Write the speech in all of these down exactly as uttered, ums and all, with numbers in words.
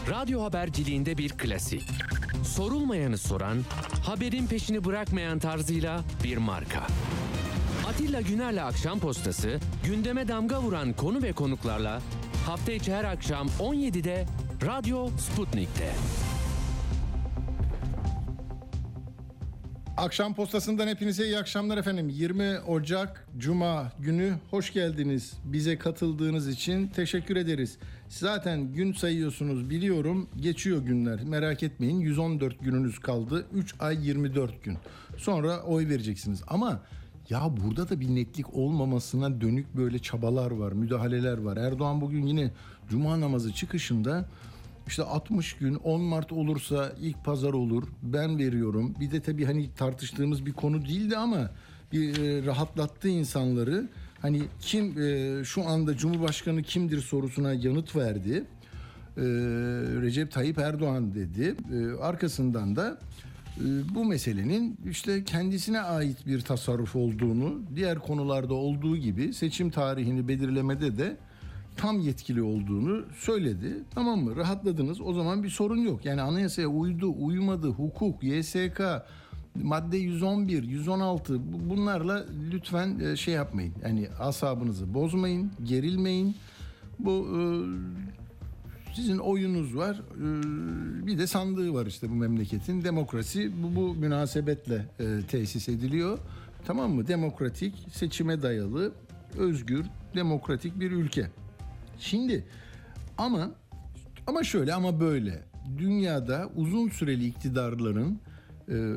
Radyo haberciliğinde bir klasik. Sorulmayanı soran, haberin peşini bırakmayan tarzıyla bir marka. Atilla Güner'le Akşam Postası, gündeme damga vuran konu ve konuklarla hafta içi her akşam on yedide Radyo Sputnik'te. Akşam Postası'ndan hepinize iyi akşamlar efendim. yirmi Ocak Cuma günü hoş geldiniz. Bize katıldığınız için teşekkür ederiz. Zaten gün sayıyorsunuz biliyorum. Geçiyor günler, merak etmeyin. yüz on dört gününüz kaldı. üç ay yirmi dört gün. Sonra oy vereceksiniz. Ama ya burada da bir netlik olmamasına dönük böyle çabalar var, müdahaleler var. Erdoğan bugün yine Cuma namazı çıkışında İşte altmış gün, on Mart olursa ilk pazar olur, ben veriyorum. Bir de tabii hani tartıştığımız bir konu değildi ama bir e, rahatlattı insanları. Hani kim e, şu anda Cumhurbaşkanı kimdir sorusuna yanıt verdi. E, Recep Tayyip Erdoğan dedi. E, arkasından da e, bu meselenin işte kendisine ait bir tasarruf olduğunu, diğer konularda olduğu gibi seçim tarihini belirlemede de tam yetkili olduğunu söyledi. Tamam mı? Rahatladınız. O zaman bir sorun yok. Yani anayasaya uydu, uymadı, hukuk, Y S K, madde yüz on bir, yüz on altı bunlarla lütfen şey yapmayın. Yani asabınızı bozmayın, gerilmeyin. Bu sizin oyunuz var. Bir de sandığı var işte bu memleketin. Demokrasi bu, bu münasebetle tesis ediliyor. Tamam mı? Demokratik, seçime dayalı, özgür, demokratik bir ülke. Şimdi ama ama şöyle ama böyle dünyada uzun süreli iktidarların e,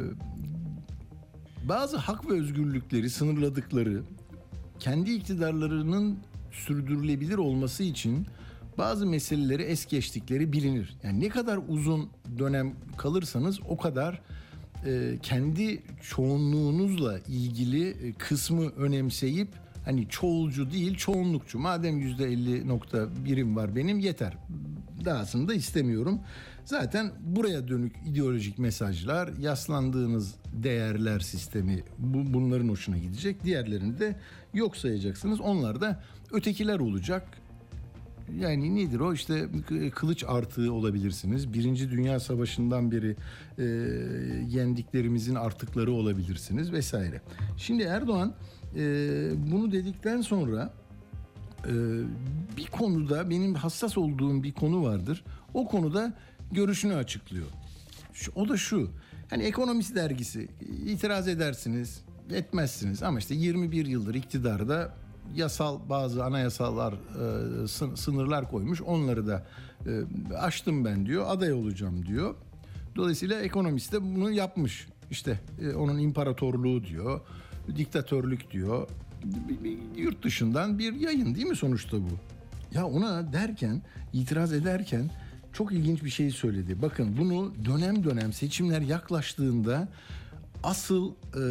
bazı hak ve özgürlükleri sınırladıkları, kendi iktidarlarının sürdürülebilir olması için bazı meseleleri es geçtikleri bilinir. Yani ne kadar uzun dönem kalırsanız o kadar e, kendi çoğunluğunuzla ilgili kısmı önemseyip hani çoğulcu değil çoğunlukçu. Madem yüzde elli nokta birim var benim yeter. Dahasını da istemiyorum. Zaten buraya dönük ideolojik mesajlar, yaslandığınız değerler sistemi bu, bunların hoşuna gidecek. Diğerlerini de yok sayacaksınız. Onlar da ötekiler olacak. Yani nedir o? İşte kılıç artığı olabilirsiniz. Birinci Dünya Savaşı'ndan beri e, yendiklerimizin artıkları olabilirsiniz vesaire. Şimdi Erdoğan Ee, bunu dedikten sonra e, bir konuda benim hassas olduğum bir konu vardır. O konuda görüşünü açıklıyor. Şu, o da şu. Hani Ekonomist dergisi itiraz edersiniz, etmezsiniz ama işte yirmi bir yıldır iktidarda yasal bazı anayasalar e, sınırlar koymuş. Onları da e, aştım ben diyor. Aday olacağım diyor. Dolayısıyla Ekonomist de bunu yapmış. İşte e, onun imparatorluğu diyor. Diktatörlük diyor. Bir, bir, yurt dışından bir yayın değil mi sonuçta bu? Ya ona derken, itiraz ederken çok ilginç bir şey söyledi. Bakın bunu dönem dönem seçimler yaklaştığında asıl e,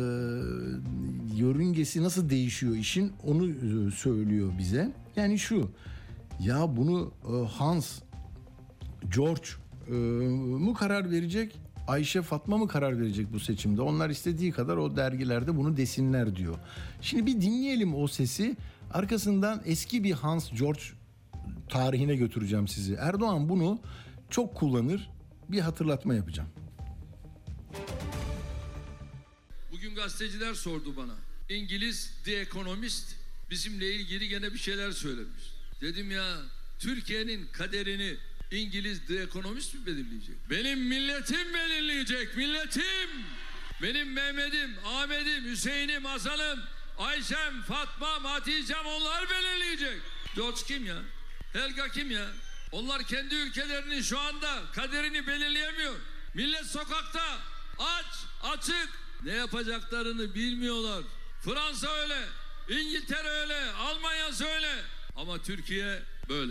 yörüngesi nasıl değişiyor işin onu e, söylüyor bize. Yani şu, ya bunu e, Hans, George e, mu karar verecek? Ayşe Fatma mı karar verecek bu seçimde? Onlar istediği kadar o dergilerde bunu desinler diyor. Şimdi bir dinleyelim o sesi. Arkasından eski bir Hans George tarihine götüreceğim sizi. Erdoğan bunu çok kullanır. Bir hatırlatma yapacağım. Bugün gazeteciler sordu bana. İngiliz The Economist bizimle ilgili gene bir şeyler söylemiş. Dedim ya Türkiye'nin kaderini İngiliz The Economist mi belirleyecek? Benim milletim belirleyecek, milletim. Benim Mehmet'im, Ahmet'im, Hüseyin'im, Hasan'ım, Ayşem, Fatma'm, Hatice'm onlar belirleyecek. George kim ya? Helga kim ya? Onlar kendi ülkelerinin şu anda kaderini belirleyemiyor. Millet sokakta, aç, açık. Ne yapacaklarını bilmiyorlar. Fransa öyle, İngiltere öyle, Almanya öyle. Ama Türkiye böyle.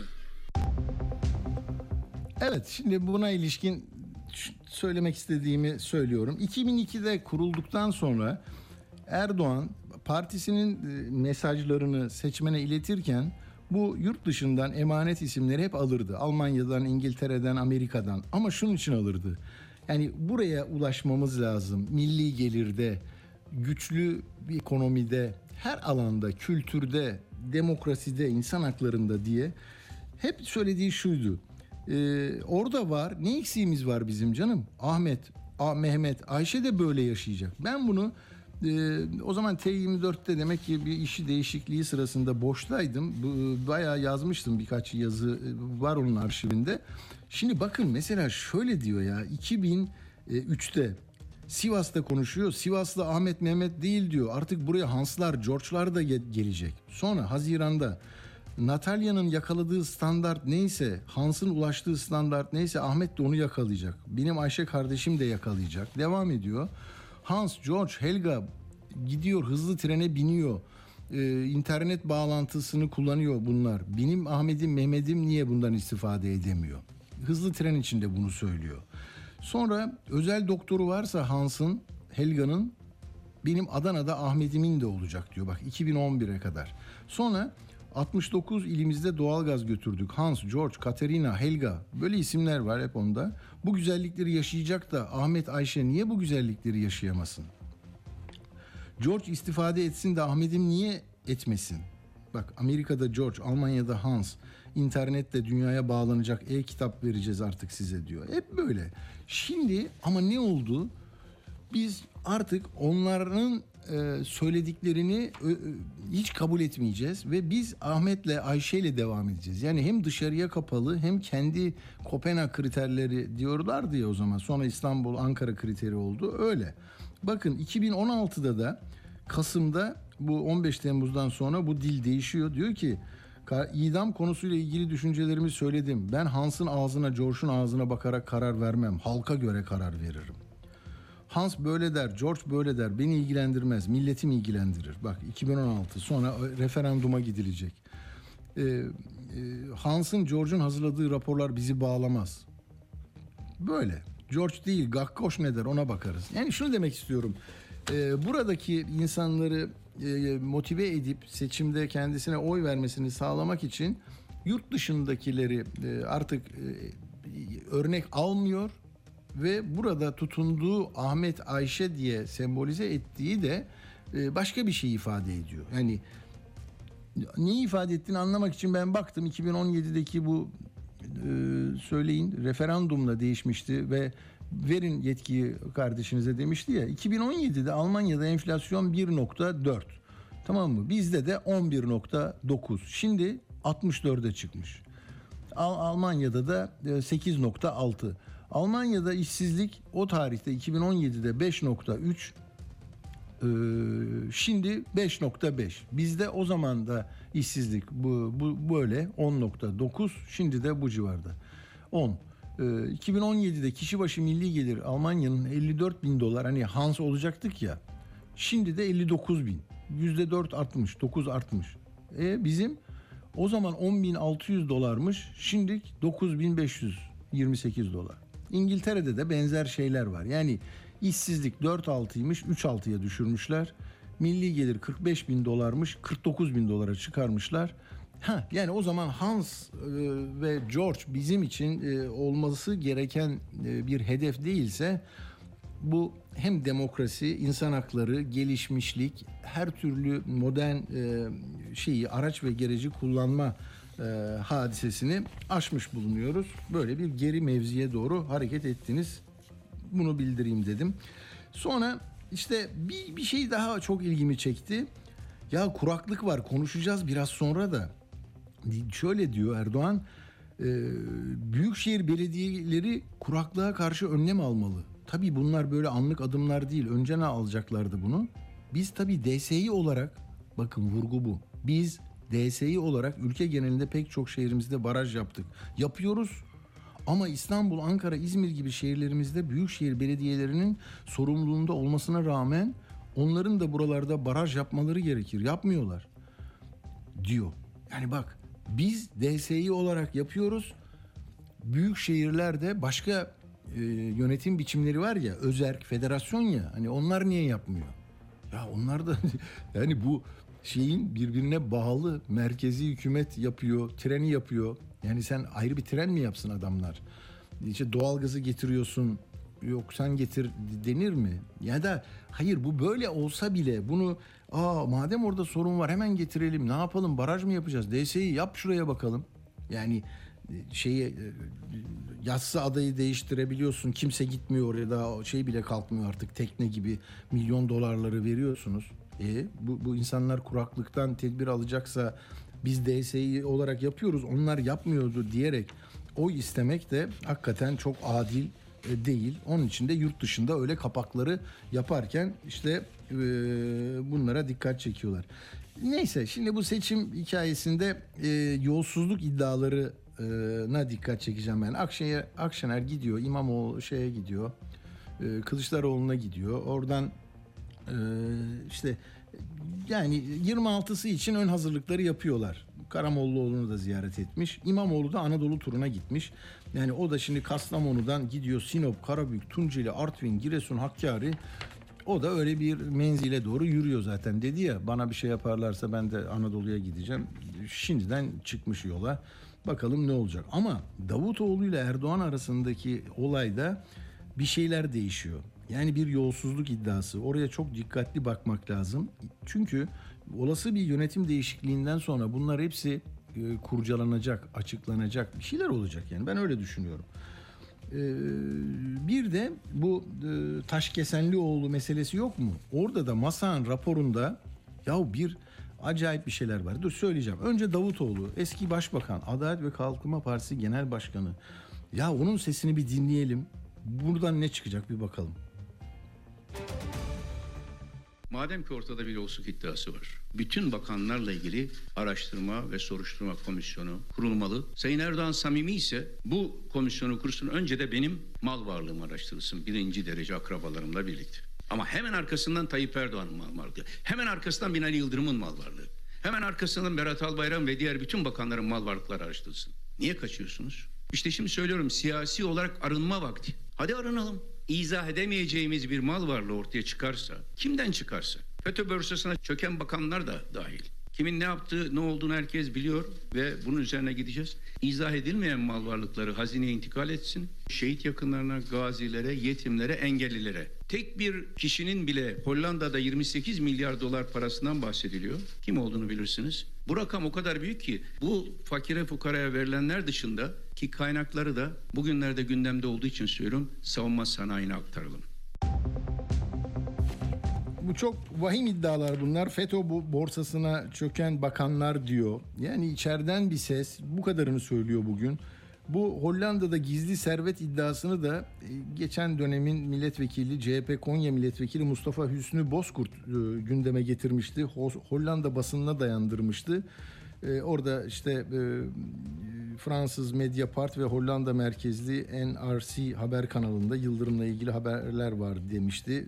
Evet, şimdi buna ilişkin söylemek istediğimi söylüyorum. iki bin ikide kurulduktan sonra Erdoğan partisinin mesajlarını seçmene iletirken bu yurt dışından emanet isimleri hep alırdı. Almanya'dan, İngiltere'den, Amerika'dan. Ama şunun için alırdı. Yani buraya ulaşmamız lazım. Milli gelirde, güçlü bir ekonomide, her alanda, kültürde, demokraside, insan haklarında diye hep söylediği şuydu. Ee, orada var. Ne eksiğimiz var bizim canım? Ahmet, A, Mehmet, Ayşe de böyle yaşayacak. Ben bunu e, o zaman T yirmi dörtte demek ki bir işi değişikliği sırasında boştaydım. Bu, bayağı yazmıştım, birkaç yazı var onun arşivinde. Şimdi bakın mesela şöyle diyor ya, iki bin üçte Sivas'ta konuşuyor. Sivas'ta Ahmet Mehmet değil diyor. Artık buraya Hanslar, George'lar da gelecek. Sonra Haziran'da Natalya'nın yakaladığı standart neyse, Hans'ın ulaştığı standart neyse Ahmet de onu yakalayacak. Benim Ayşe kardeşim de yakalayacak. Devam ediyor. Hans, George, Helga gidiyor, hızlı trene biniyor. Ee, internet bağlantısını kullanıyor bunlar. Benim Ahmet'im, Mehmet'im niye bundan istifade edemiyor? Hızlı tren içinde bunu söylüyor. Sonra özel doktoru varsa Hans'ın, Helga'nın, benim Adana'da Ahmet'imin de olacak diyor. Bak iki bin on bire kadar. Sonra altmış dokuz ilimizde doğalgaz götürdük. Hans, George, Katerina, Helga, böyle isimler var hep onda. Bu güzellikleri yaşayacak da Ahmet, Ayşe niye bu güzellikleri yaşayamasın? George istifade etsin de Ahmet'im niye etmesin? Bak Amerika'da George, Almanya'da Hans, internette dünyaya bağlanacak, e-kitap vereceğiz artık size diyor. Hep böyle. Şimdi ama ne oldu? Biz artık onların e, söylediklerini e, hiç kabul etmeyeceğiz ve biz Ahmet'le Ayşe'yle devam edeceğiz. Yani hem dışarıya kapalı hem kendi Kopenhag kriterleri diyorlardı ya o zaman. Sonra İstanbul, Ankara kriteri oldu. Öyle. Bakın iki bin on altıda da Kasım'da bu on beş Temmuz'dan sonra bu dil değişiyor. Diyor ki idam konusuyla ilgili düşüncelerimi söyledim. Ben Hans'ın ağzına, George'un ağzına bakarak karar vermem. Halka göre karar veririm. Hans böyle der, George böyle der. Beni ilgilendirmez, milletim ilgilendirir. Bak iki bin on altı sonra referanduma gidilecek. Ee, e, Hans'ın, George'un hazırladığı raporlar bizi bağlamaz. Böyle. George değil, Gakkoş ne der ona bakarız. Yani şunu demek istiyorum. Ee, buradaki insanları e, motive edip seçimde kendisine oy vermesini sağlamak için yurt dışındakileri e, artık e, örnek almıyor ve burada tutunduğu Ahmet, Ayşe diye sembolize ettiği de e, başka bir şey ifade ediyor. Yani neyi ifade ettiğini anlamak için ben baktım iki bin on yedideki bu e, söyleyin referandumla değişmişti ve verin yetkiyi kardeşinize demişti ya. iki bin on yedide Almanya'da enflasyon bir nokta dört. Tamam mı? Bizde de on bir nokta dokuz. Şimdi altmış dörde çıkmış. Al- Almanya'da da sekiz nokta altı. Almanya'da işsizlik o tarihte iki bin on yedide beş nokta üç. Ee, şimdi beş nokta beş. Bizde o zaman da işsizlik bu, bu böyle on nokta dokuz. Şimdi de bu civarda. on. Ee, iki bin on yedide kişi başı milli gelir Almanya'nın elli dört bin dolar, hani Hans olacaktık ya. Şimdi de elli dokuz bin. yüzde dört artmış, dokuz artmış. E bizim o zaman on bin altı yüz dolarmış. Şimdi dokuz bin beş yüz yirmi sekiz dolar. İngiltere'de de benzer şeyler var. Yani işsizlik dört altıymış, üç altıya düşürmüşler. Milli gelir kırk beş bin dolarmış, kırk dokuz bin dolara çıkarmışlar. Ha, yani o zaman Hans e, ve George bizim için e, olması gereken e, bir hedef değilse, bu hem demokrasi, insan hakları, gelişmişlik, her türlü modern e, şeyi, araç ve gereci kullanma e, hadisesini aşmış bulunuyoruz. Böyle bir geri mevziye doğru hareket ettiniz. Bunu bildireyim dedim. Sonra işte bir, bir şey daha çok ilgimi çekti. Ya kuraklık var, konuşacağız biraz sonra da. Şöyle diyor Erdoğan, e, büyükşehir belediyeleri kuraklığa karşı önlem almalı. Tabii bunlar böyle anlık adımlar değil. Önce ne alacaklardı bunu? Biz tabii D S İ olarak, bakın vurgu bu. Biz D S İ olarak ülke genelinde pek çok şehrimizde baraj yaptık. Yapıyoruz. Ama İstanbul, Ankara, İzmir gibi şehirlerimizde büyükşehir belediyelerinin sorumluluğunda olmasına rağmen onların da buralarda baraj yapmaları gerekir. Yapmıyorlar diyor. Yani bak, biz D S İ olarak yapıyoruz. Büyük şehirlerde başka e, yönetim biçimleri var ya, özerk, federasyon ya. Hani onlar niye yapmıyor? Ya onlar da yani bu şeyin birbirine bağlı, merkezi hükümet yapıyor, treni yapıyor. Yani sen ayrı bir tren mi yapsın adamlar? İşte doğalgazı getiriyorsun, yok sen getir denir mi? Ya da hayır, bu böyle olsa bile bunu, aa madem orada sorun var hemen getirelim, ne yapalım, baraj mı yapacağız? D S İ yap şuraya bakalım. Yani şeyi e, yatsı adayı değiştirebiliyorsun. Kimse gitmiyor oraya, daha şey bile kalkmıyor artık, tekne gibi milyon dolarları veriyorsunuz. E, bu, bu insanlar kuraklıktan tedbir alacaksa biz D S İ olarak yapıyoruz, onlar yapmıyordu diyerek oy istemek de hakikaten çok adil e, değil. Onun için de yurt dışında öyle kapakları yaparken işte e, bunlara dikkat çekiyorlar. Neyse, şimdi bu seçim hikayesinde e, yolsuzluk iddialarına dikkat çekeceğim ben. Akşener, Akşener gidiyor, İmamoğlu şeye gidiyor, e, Kılıçdaroğlu'na gidiyor. Oradan e, işte yani yirmi altısı için ön hazırlıkları yapıyorlar. Karamollaoğlu'nu da ziyaret etmiş. İmamoğlu da Anadolu turuna gitmiş. Yani o da şimdi Kastamonu'dan gidiyor Sinop, Karabük, Tunceli, Artvin, Giresun, Hakkari. O da öyle bir menzile doğru yürüyor zaten. Dedi ya, bana bir şey yaparlarsa ben de Anadolu'ya gideceğim. Şimdiden çıkmış yola. Bakalım ne olacak. Ama Davutoğlu ile Erdoğan arasındaki olayda bir şeyler değişiyor. Yani bir yolsuzluk iddiası. Oraya çok dikkatli bakmak lazım. Çünkü olası bir yönetim değişikliğinden sonra bunlar hepsi e, kurcalanacak, açıklanacak, bir şeyler olacak. Yani ben öyle düşünüyorum. Ee, bir de bu e, Taşkesenlioğlu meselesi yok mu? Orada da MASA'nın raporunda ya bir acayip bir şeyler var. Dur söyleyeceğim. Önce Davutoğlu, eski başbakan, Adalet ve Kalkınma Partisi Genel Başkanı. Ya onun sesini bir dinleyelim. Buradan ne çıkacak bir bakalım. Madem ki ortada bir yolsuzluk iddiası var, bütün bakanlarla ilgili araştırma ve soruşturma komisyonu kurulmalı. Sayın Erdoğan samimi ise bu komisyonu kursun, önce de benim mal varlığım araştırılsın, birinci derece akrabalarımla birlikte. Ama hemen arkasından Tayyip Erdoğan'ın mal varlığı, hemen arkasından Binali Yıldırım'ın mal varlığı, hemen arkasından Berat Albayrak ve diğer bütün bakanların mal varlıkları araştırılsın. Niye kaçıyorsunuz? İşte şimdi söylüyorum, siyasi olarak arınma vakti. Hadi arınalım. İzah edemeyeceğimiz bir mal varlığı ortaya çıkarsa, kimden çıkarsa, FETÖ borsasına çöken bakanlar da dahil. Kimin ne yaptığı, ne olduğunu herkes biliyor ve bunun üzerine gideceğiz. İzah edilmeyen mal varlıkları hazineye intikal etsin. Şehit yakınlarına, gazilere, yetimlere, engellilere. Tek bir kişinin bile Hollanda'da yirmi sekiz milyar dolar parasından bahsediliyor. Kim olduğunu bilirsiniz. Bu rakam o kadar büyük ki bu fakire fukaraya verilenler dışında ki kaynakları da bugünlerde gündemde olduğu için söylüyorum, savunma sanayine aktaralım. Bu çok vahim iddialar bunlar. FETÖ borsasına çöken bakanlar diyor. Yani içeriden bir ses bu kadarını söylüyor bugün. Bu Hollanda'da gizli servet iddiasını da geçen dönemin milletvekili, C H P Konya milletvekili Mustafa Hüsnü Bozkurt gündeme getirmişti. Hollanda basınına dayandırmıştı. Orada işte Fransız Mediapart ve Hollanda merkezli N R C haber kanalında Yıldırım'la ilgili haberler var demişti.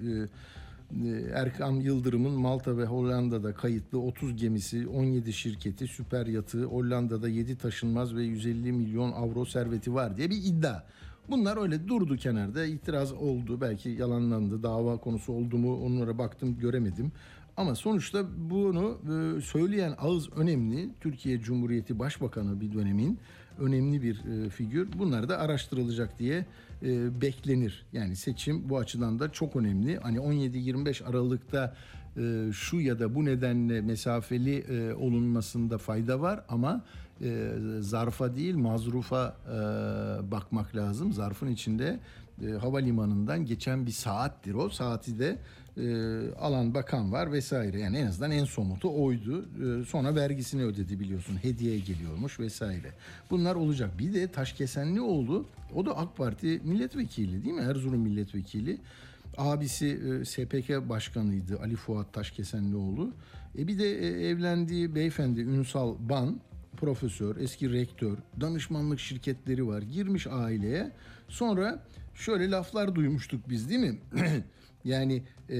Erkan Yıldırım'ın Malta ve Hollanda'da kayıtlı otuz gemisi, on yedi şirketi, süper yatı, Hollanda'da yedi taşınmaz ve yüz elli milyon avro serveti var diye bir iddia. Bunlar öyle durdu kenarda, itiraz oldu, belki yalanlandı, dava konusu oldu mu onlara baktım göremedim. Ama sonuçta bunu söyleyen ağız önemli. Türkiye Cumhuriyeti Başbakanı bir dönemin önemli bir figür. Bunlar da araştırılacak diye e, beklenir. Yani seçim bu açıdan da çok önemli. Hani on yedi yirmi beş Aralık'ta e, şu ya da bu nedenle mesafeli e, olunmasında fayda var ama e, zarfa değil mazrufa e, bakmak lazım. Zarfın içinde e, havalimanından geçen bir saattir o. Saati de e, alan bakan var vesaire. Yani en azından en somutu oydu. E, sonra vergisini ödedi biliyorsun. Hediye geliyormuş vesaire. Bunlar olacak. Bir de Taşkesenlioğlu, o da AK Parti milletvekili değil mi? Erzurum milletvekili. Abisi e, S P K başkanıydı Ali Fuat Taşkesenlioğlu. E bir de e, evlendiği beyefendi Ünsal Ban, profesör, eski rektör, danışmanlık şirketleri var. Girmiş aileye. Sonra şöyle laflar duymuştuk biz değil mi? Yani e,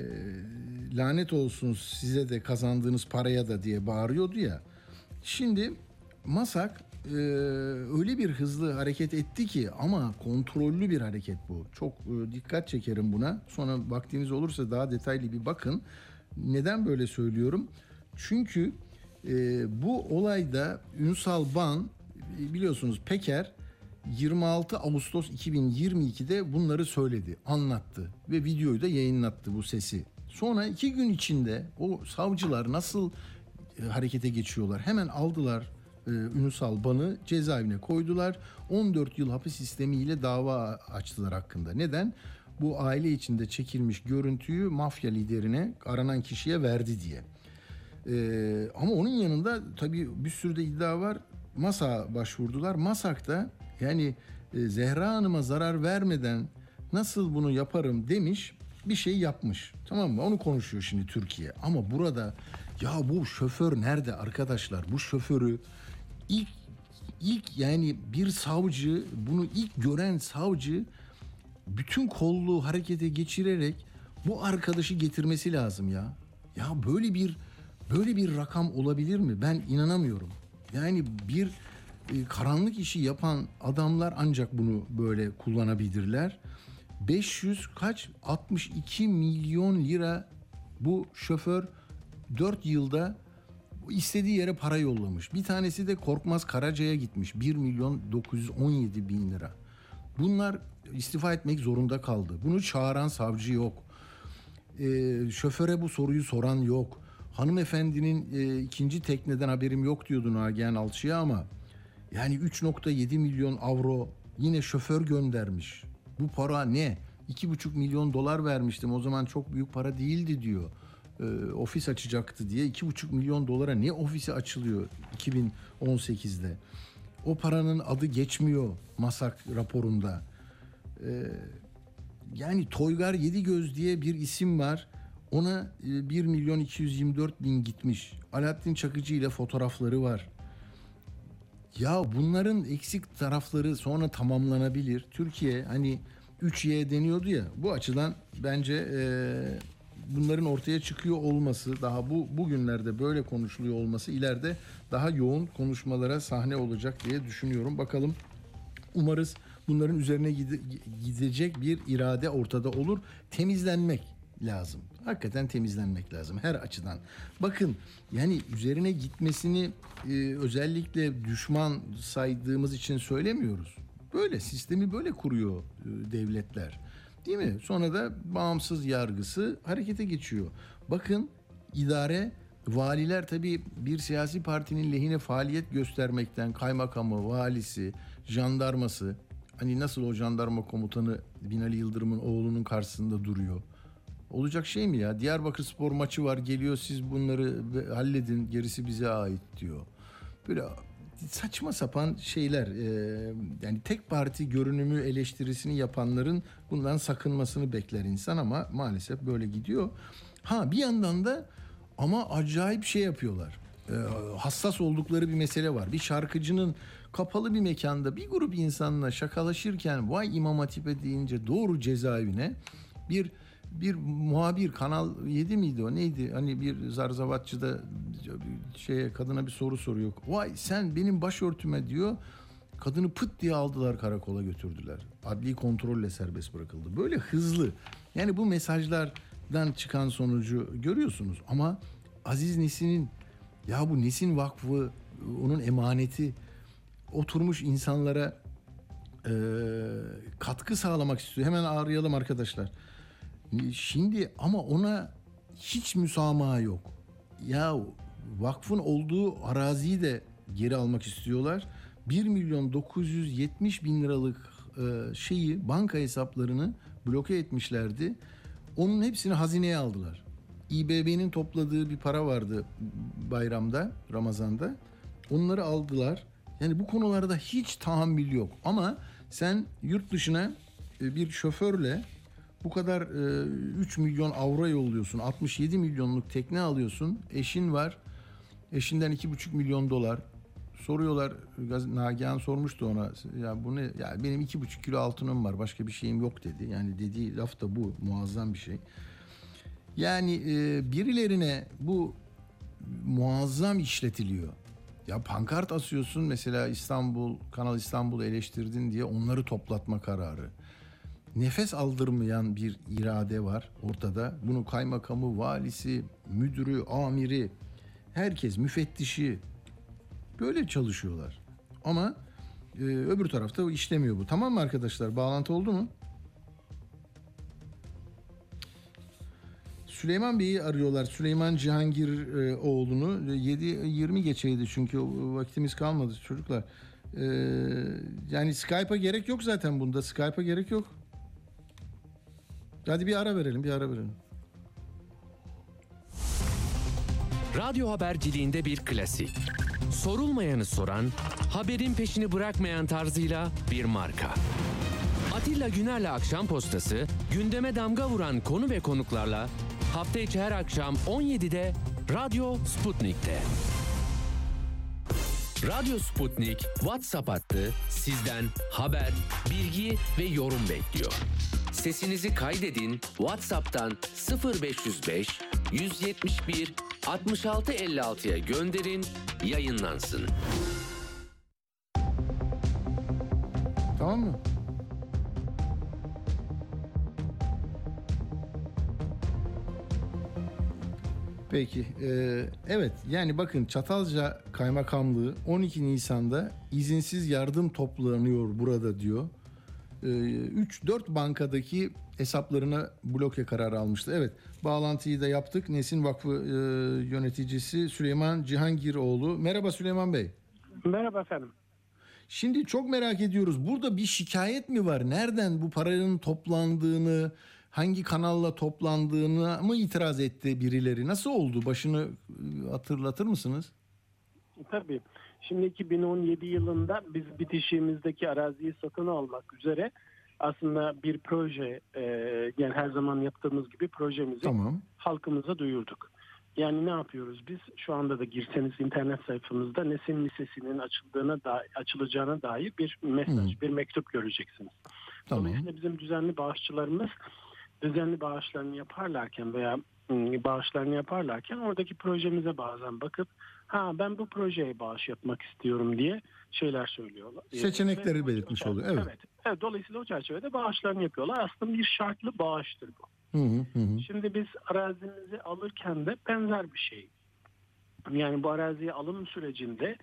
lanet olsun size de kazandığınız paraya da diye bağırıyordu ya. Şimdi MASAK e, öyle bir hızlı hareket etti ki, ama kontrollü bir hareket bu. Çok e, dikkat çekerim buna. Sonra vaktiniz olursa daha detaylı bir bakın. Neden böyle söylüyorum? Çünkü e, bu olayda Ünsal Ban, biliyorsunuz Peker yirmi altı Ağustos iki bin yirmi ikide bunları söyledi, anlattı ve videoyu da yayınlattı bu sesi. Sonra iki gün içinde o savcılar nasıl e, harekete geçiyorlar? Hemen aldılar e, Ünsal Ban'ı cezaevine koydular. on dört yıl hapis sistemiyle dava açtılar hakkında. Neden? Bu aile içinde çekilmiş görüntüyü mafya liderine, aranan kişiye verdi diye. Ee, ama onun yanında tabii bir sürü de iddia var. MASAK'a başvurdular. MASAK da yani e, Zehra Hanım'a zarar vermeden nasıl bunu yaparım demiş, bir şey yapmış. Tamam mı? Onu konuşuyor şimdi Türkiye. Ama burada ya bu şoför nerede arkadaşlar? Bu şoförü ilk ilk yani bir savcı, bunu ilk gören savcı bütün kolluğu harekete geçirerek bu arkadaşı getirmesi lazım ya. Ya böyle bir böyle bir rakam olabilir mi? Ben inanamıyorum. Yani bir e, karanlık işi yapan adamlar ancak bunu böyle kullanabilirler. beş yüz kaç? altmış iki milyon lira bu şoför dört yılda istediği yere para yollamış. Bir tanesi de Korkmaz Karaca'ya gitmiş. bir milyon dokuz yüz on yedi bin lira. Bunlar istifa etmek zorunda kaldı. Bunu çağıran savcı yok. Ee, şoföre bu soruyu soran yok. Hanımefendinin e, ikinci tekneden haberim yok diyordu Nagihan Alçı'ya ama yani üç virgül yedi milyon avro yine şoför göndermiş. Bu para ne? iki buçuk milyon dolar vermiştim. O zaman çok büyük para değildi diyor. Ee, ofis açacaktı diye. iki buçuk milyon dolara ne ofisi açılıyor iki bin on sekizde? O paranın adı geçmiyor MASAK raporunda. Ee, yani Toygar Yedigöz diye bir isim var. Ona bir milyon iki yüz yirmi dört bin gitmiş. Alaaddin Çakıcı ile fotoğrafları var. Ya bunların eksik tarafları sonra tamamlanabilir. Türkiye hani üç Y deniyordu ya. Bu açıdan bence e, bunların ortaya çıkıyor olması, daha bu bugünlerde böyle konuşuluyor olması ileride daha yoğun konuşmalara sahne olacak diye düşünüyorum. Bakalım, umarız bunların üzerine gide, gidecek bir irade ortada olur. Temizlenmek lazım. Hakikaten temizlenmek lazım her açıdan. Bakın yani üzerine gitmesini e, özellikle düşman saydığımız için söylemiyoruz. Böyle sistemi böyle kuruyor e, devletler. Değil mi? Sonra da bağımsız yargısı harekete geçiyor. Bakın idare, valiler tabii bir siyasi partinin lehine faaliyet göstermekten kaymakamı, valisi, jandarması, hani nasıl o jandarma komutanı Binali Yıldırım'ın oğlunun karşısında duruyor. Olacak şey mi ya? Diyarbakırspor maçı var, geliyor, siz bunları halledin, gerisi bize ait diyor. Böyle saçma sapan şeyler. Ee, yani tek parti görünümü eleştirisini yapanların bundan sakınmasını bekler insan ama maalesef böyle gidiyor. Ha bir yandan da ama acayip şey yapıyorlar. Ee, hassas oldukları bir mesele var. Bir şarkıcının kapalı bir mekanda bir grup insanla şakalaşırken vay İmam Hatip'e deyince doğru cezaevine bir bir muhabir, Kanal yedi miydi o neydi? Hani bir zarzavatçıda şeye, kadına bir soru soruyor. Vay sen benim başörtüme diyor. Kadını pıt diye aldılar, karakola götürdüler. Adli kontrolle serbest bırakıldı. Böyle hızlı. Yani bu mesajlardan çıkan sonucu görüyorsunuz. Ama Aziz Nesin'in, ya bu Nesin Vakfı, onun emaneti, oturmuş insanlara e, katkı sağlamak istiyor. Hemen arayalım arkadaşlar. Şimdi ama ona hiç müsamaha yok. Ya vakfın olduğu araziyi de geri almak istiyorlar. bir milyon dokuz yüz yetmiş bin liralık e, şeyi, banka hesaplarını bloke etmişlerdi. Onun hepsini hazineye aldılar. İ B B'nin topladığı bir para vardı bayramda, Ramazan'da. Onları aldılar. Yani bu konularda hiç tahammül yok. Ama sen yurt dışına e, bir şoförle bu kadar e, üç milyon avro yolluyorsun. altmış yedi milyonluk tekne alıyorsun. Eşin var. Eşinden iki buçuk milyon dolar. Soruyorlar, Nagihan sormuştu ona. Ya bu ne? Ya benim iki buçuk kilo altınım var. Başka bir şeyim yok dedi. Yani dediği laf da bu. Muazzam bir şey. Yani e, birilerine bu muazzam işletiliyor. Ya pankart asıyorsun mesela, İstanbul, Kanal İstanbul'u eleştirdin diye onları toplatma kararı. Nefes aldırmayan bir irade var ortada. Bunu kaymakamı, valisi, müdürü, amiri, herkes, müfettişi böyle çalışıyorlar. Ama e, öbür tarafta işlemiyor bu. Tamam mı arkadaşlar? Bağlantı oldu mu? Süleyman Bey'i arıyorlar. Süleyman Cihangir e, oğlunu. yedi yirmi geçeydi çünkü vaktimiz kalmadı çocuklar. E, yani Skype'a gerek yok zaten bunda. Skype'a gerek yok. Hadi bir ara verelim, bir ara verelim. Radyo haberciliğinde bir klasik. Sorulmayanı soran, haberin peşini bırakmayan tarzıyla bir marka. Atilla Güner'le Akşam Postası, gündeme damga vuran konu ve konuklarla hafta içi her akşam on yedide Radyo Sputnik'te. Radyo Sputnik WhatsApp hattı sizden haber, bilgi ve yorum bekliyor. Sesinizi kaydedin, WhatsApp'tan sıfır beş yüz beş yüz yetmiş bir altmış altı elli altıya gönderin, yayınlansın. Tamam mı? Peki. E, evet, yani bakın Çatalca Kaymakamlığı on iki Nisan'da izinsiz yardım toplanıyor burada diyor. üç dört bankadaki hesaplarına bloke kararı almıştı. Evet, bağlantıyı da yaptık. Nesin Vakfı e, yöneticisi Süleyman Cihangiroğlu. Merhaba Süleyman Bey. Merhaba efendim. Şimdi çok merak ediyoruz. Burada bir şikayet mi var? Nereden bu paranın toplandığını, hangi kanalla toplandığını mı itiraz etti birileri? Nasıl oldu? Başını hatırlatır mısınız? Tabii. Şimdi iki bin on yedi yılında biz bitişiğimizdeki araziyi satın almak üzere aslında bir proje, e, yani her zaman yaptığımız gibi projemizi Tamam. halkımıza duyurduk. Yani ne yapıyoruz biz? Şu anda da girseniz internet sayfamızda Nesin Lisesi'nin açıldığına da, açılacağına dair bir mesaj, Hı. bir mektup göreceksiniz. Tamam. Dolayısıyla bizim düzenli bağışçılarımız düzenli bağışlarını yaparlarken veya bağışlarını yaparlarken oradaki projemize bazen bakıp ha ben bu projeye bağış yapmak istiyorum diye şeyler söylüyorlar. Seçenekleri Ve, belirtmiş oluyor. Evet. evet. Evet. Dolayısıyla o çerçevede bağışlarını yapıyorlar. Aslında bir şartlı bağıştır bu. Hı hı hı. Şimdi biz arazimizi alırken de benzer bir şey. Yani bu araziye alım sürecinde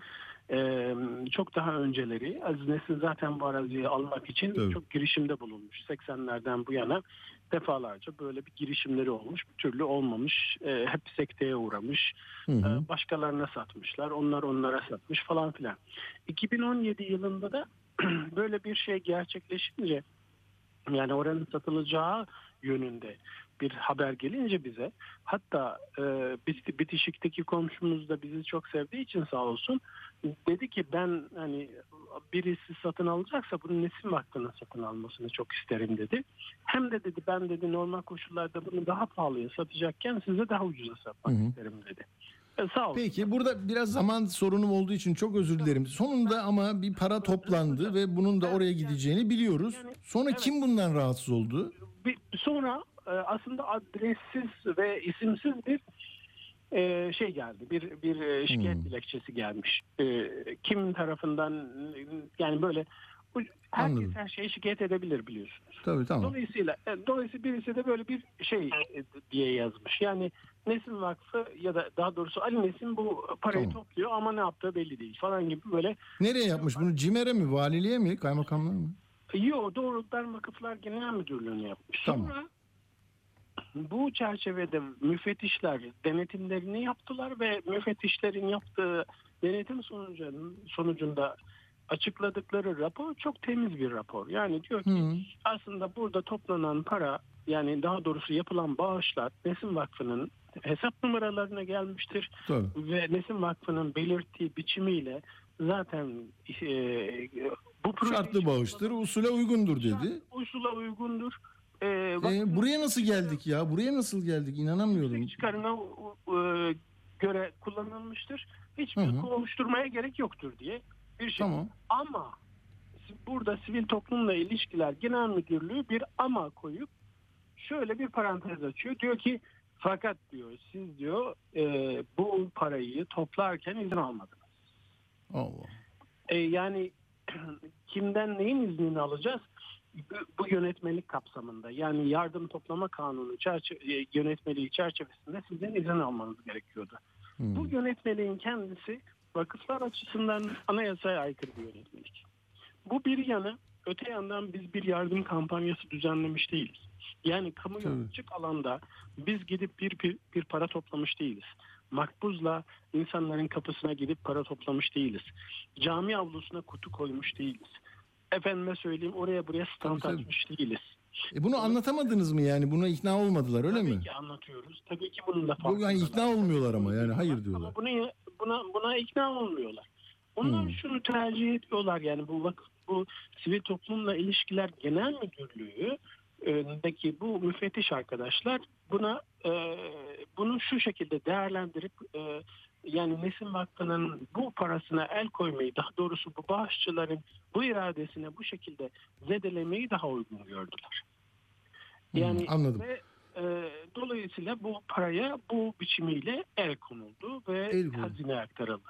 e, çok daha önceleri Aziz Nesin zaten bu araziyi almak için Tabii. çok girişimde bulunmuş. seksenlerden bu yana defalarca böyle bir girişimleri olmuş. Bir türlü olmamış. E, hep sekteye uğramış. Hı hı. E, başkalarına satmışlar. Onlar onlara satmış falan filan. iki bin on yedi yılında da böyle bir şey gerçekleşince, yani oranın satılacağı yönünde bir haber gelince bize, hatta e, biz bitişikteki komşumuz da bizi çok sevdiği için sağ olsun dedi ki ben hani birisi satın alacaksa bunun Nesin Vakfı'nın satın almasını çok isterim dedi. Hem de dedi ben dedi normal koşullarda bunu daha pahalıya satacakken size daha ucuza satmak Hı hı. isterim dedi. E, sağ olsun. Peki burada biraz zaman sorunum olduğu için çok özür dilerim. Sonunda ama bir para toplandı ve bunun da oraya gideceğini biliyoruz. Sonra kim bundan rahatsız oldu? Bir, sonra e, aslında adressiz ve isimsiz bir e, şey geldi. Bir bir e, şikayet Hmm. dilekçesi gelmiş. E, kim tarafından, yani böyle bu, herkes Anladım. her şeyi şikayet edebilir biliyorsunuz. Tabii tamam. Dolayısıyla e, dolayısıyla birisi de böyle bir şey e, diye yazmış. Yani Nesin Vakfı ya da daha doğrusu Ali Nesin bu parayı Tamam. topluyor ama ne yaptığı belli değil falan gibi böyle. Nereye yapmış bunu? CİMER'e mi? Valiliğe mi? Kaymakamlığa mı? Yok, Doğrultular Vakıflar Genel Müdürlüğü'nü yapmış. Tamam. Sonra bu çerçevede müfettişler denetimlerini yaptılar ve müfettişlerin yaptığı denetim sonucunun, sonucunda açıkladıkları rapor çok temiz bir rapor. Yani diyor ki Hı. aslında burada toplanan para, yani daha doğrusu yapılan bağışlar Nesin Vakfı'nın hesap numaralarına gelmiştir. Tabii. Ve Nesin Vakfı'nın belirttiği biçimiyle zaten e, bu proje Şartlı bağıştır, usule uygundur dedi. usula uygundur. E, Ee, buraya nasıl geldik ya? Buraya nasıl geldik? İnanamıyorum. çıkarına e, göre kullanılmıştır. Hiçbir Hı hı. kovuşturmaya gerek yoktur diye bir şey. Tamam. Ama burada Sivil Toplumla İlişkiler Genel Müdürlüğü bir ama koyup şöyle bir parantez açıyor. Diyor ki fakat diyor siz diyor e, bu parayı toplarken izin almadınız. Allah. E, yani kimden neyin iznini alacağız? Bu, bu yönetmelik kapsamında, yani yardım toplama kanunu çerçeve, yönetmeliği çerçevesinde sizden izin almanız gerekiyordu. Hmm. Bu yönetmeliğin kendisi vakıflar açısından anayasaya aykırı bir yönetmelik. Bu bir yanı. öte yandan biz bir yardım kampanyası düzenlemiş değiliz. Yani kamuya Tabii. açık alanda biz gidip bir, bir, bir para toplamış değiliz. Makbuzla insanların kapısına gidip para toplamış değiliz. Cami avlusuna kutu koymuş değiliz. Efendime söyleyeyim, oraya buraya stand Tabii, tabii. açmış değiliz. E bunu anlatamadınız mı yani? Buna ikna olmadılar öyle Tabii mi? ki anlatıyoruz. Tabii ki bunun da Bu yani farkındalar. ikna olmuyorlar ama yani hayır diyorlar. Ama buna, buna, buna ikna olmuyorlar. Onlar Hmm. şunu tercih ediyorlar, yani bu vakıf, bu Sivil Toplumla İlişkiler Genel Müdürlüğü'ndeki bu müfettiş arkadaşlar buna e, bunu şu şekilde değerlendirip e, yani Nesin Vakfı'nın bu parasına el koymayı, daha doğrusu bu bağışçıların bu iradesine bu şekilde zedelemeyi daha uygun gördüler. Yani Hmm, anladım. ve e, dolayısıyla bu paraya bu biçimiyle el konuldu ve El konuldu. hazineye aktarıldı.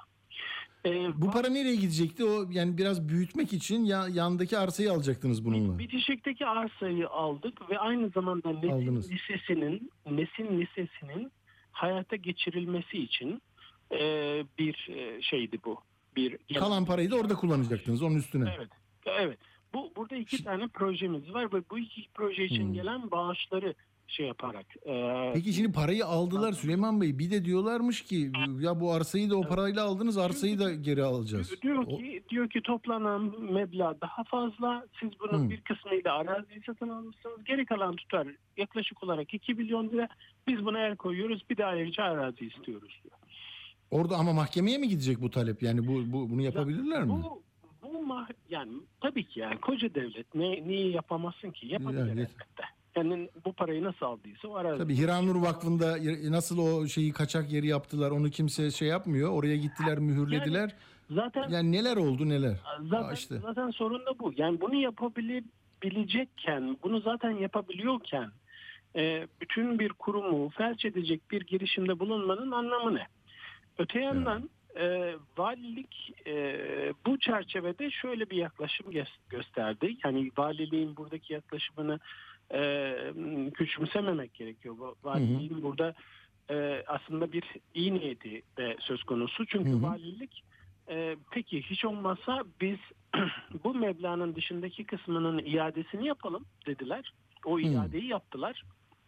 E, Bu para nereye gidecekti? O yani biraz büyütmek için ya yandaki arsayı alacaktınız bununla. Bitişik'teki arsayı aldık ve aynı zamanda Nesin Aldınız. Lisesi'nin Nesin Lisesi'nin hayata geçirilmesi için e, bir e, şeydi bu. Bir Kalan parayı da orada kullanacaktınız onun üstüne. Evet. Evet. Bu burada iki tane projemiz var ve bu iki proje için Hmm. gelen bağışları şey yaparak. E, Peki şimdi parayı aldılar Süleyman Bey. Bir de diyorlarmış ki ya bu arsayı da o parayla aldınız, arsayı da geri alacağız. diyor O- ki diyor ki toplanan meblağ daha fazla. Siz bunun Hmm. bir kısmıyla araziyi satın almışsınız. Geri kalan tutar yaklaşık olarak iki milyon lira. Biz buna el koyuyoruz. Bir de ayrıca arazi istiyoruz diyor. Orada ama mahkemeye mi gidecek bu talep? Yani bu, bu bunu yapabilirler mi? Bu bu mah- yani tabii ki yani koca devlet ne neyi yapamazsın ki? Yapabilir Yani- elbette. Yani bu parayı nasıl aldıysa o arazi. Tabii Hiranur Vakfı'nda nasıl o şeyi kaçak yeri yaptılar onu kimse şey yapmıyor. Oraya gittiler, mühürlediler. Zaten Yani neler oldu neler. zaten Aa, işte. zaten sorun da bu. Yani bunu yapabilecekken, bunu zaten yapabiliyorken e, bütün bir kurumu felç edecek bir girişimde bulunmanın anlamı ne? Öte yandan e, valilik e, bu çerçevede şöyle bir yaklaşım gö- gösterdi. Yani valiliğin buradaki yaklaşımını e, küçümsememek gerekiyor. Va- Valiliğin Hı hı. burada e, aslında bir iyi niyeti de söz konusu. Çünkü Hı hı. valilik e, peki hiç olmazsa biz bu meblağın dışındaki kısmının iadesini yapalım dediler. O Hı. iadeyi yaptılar.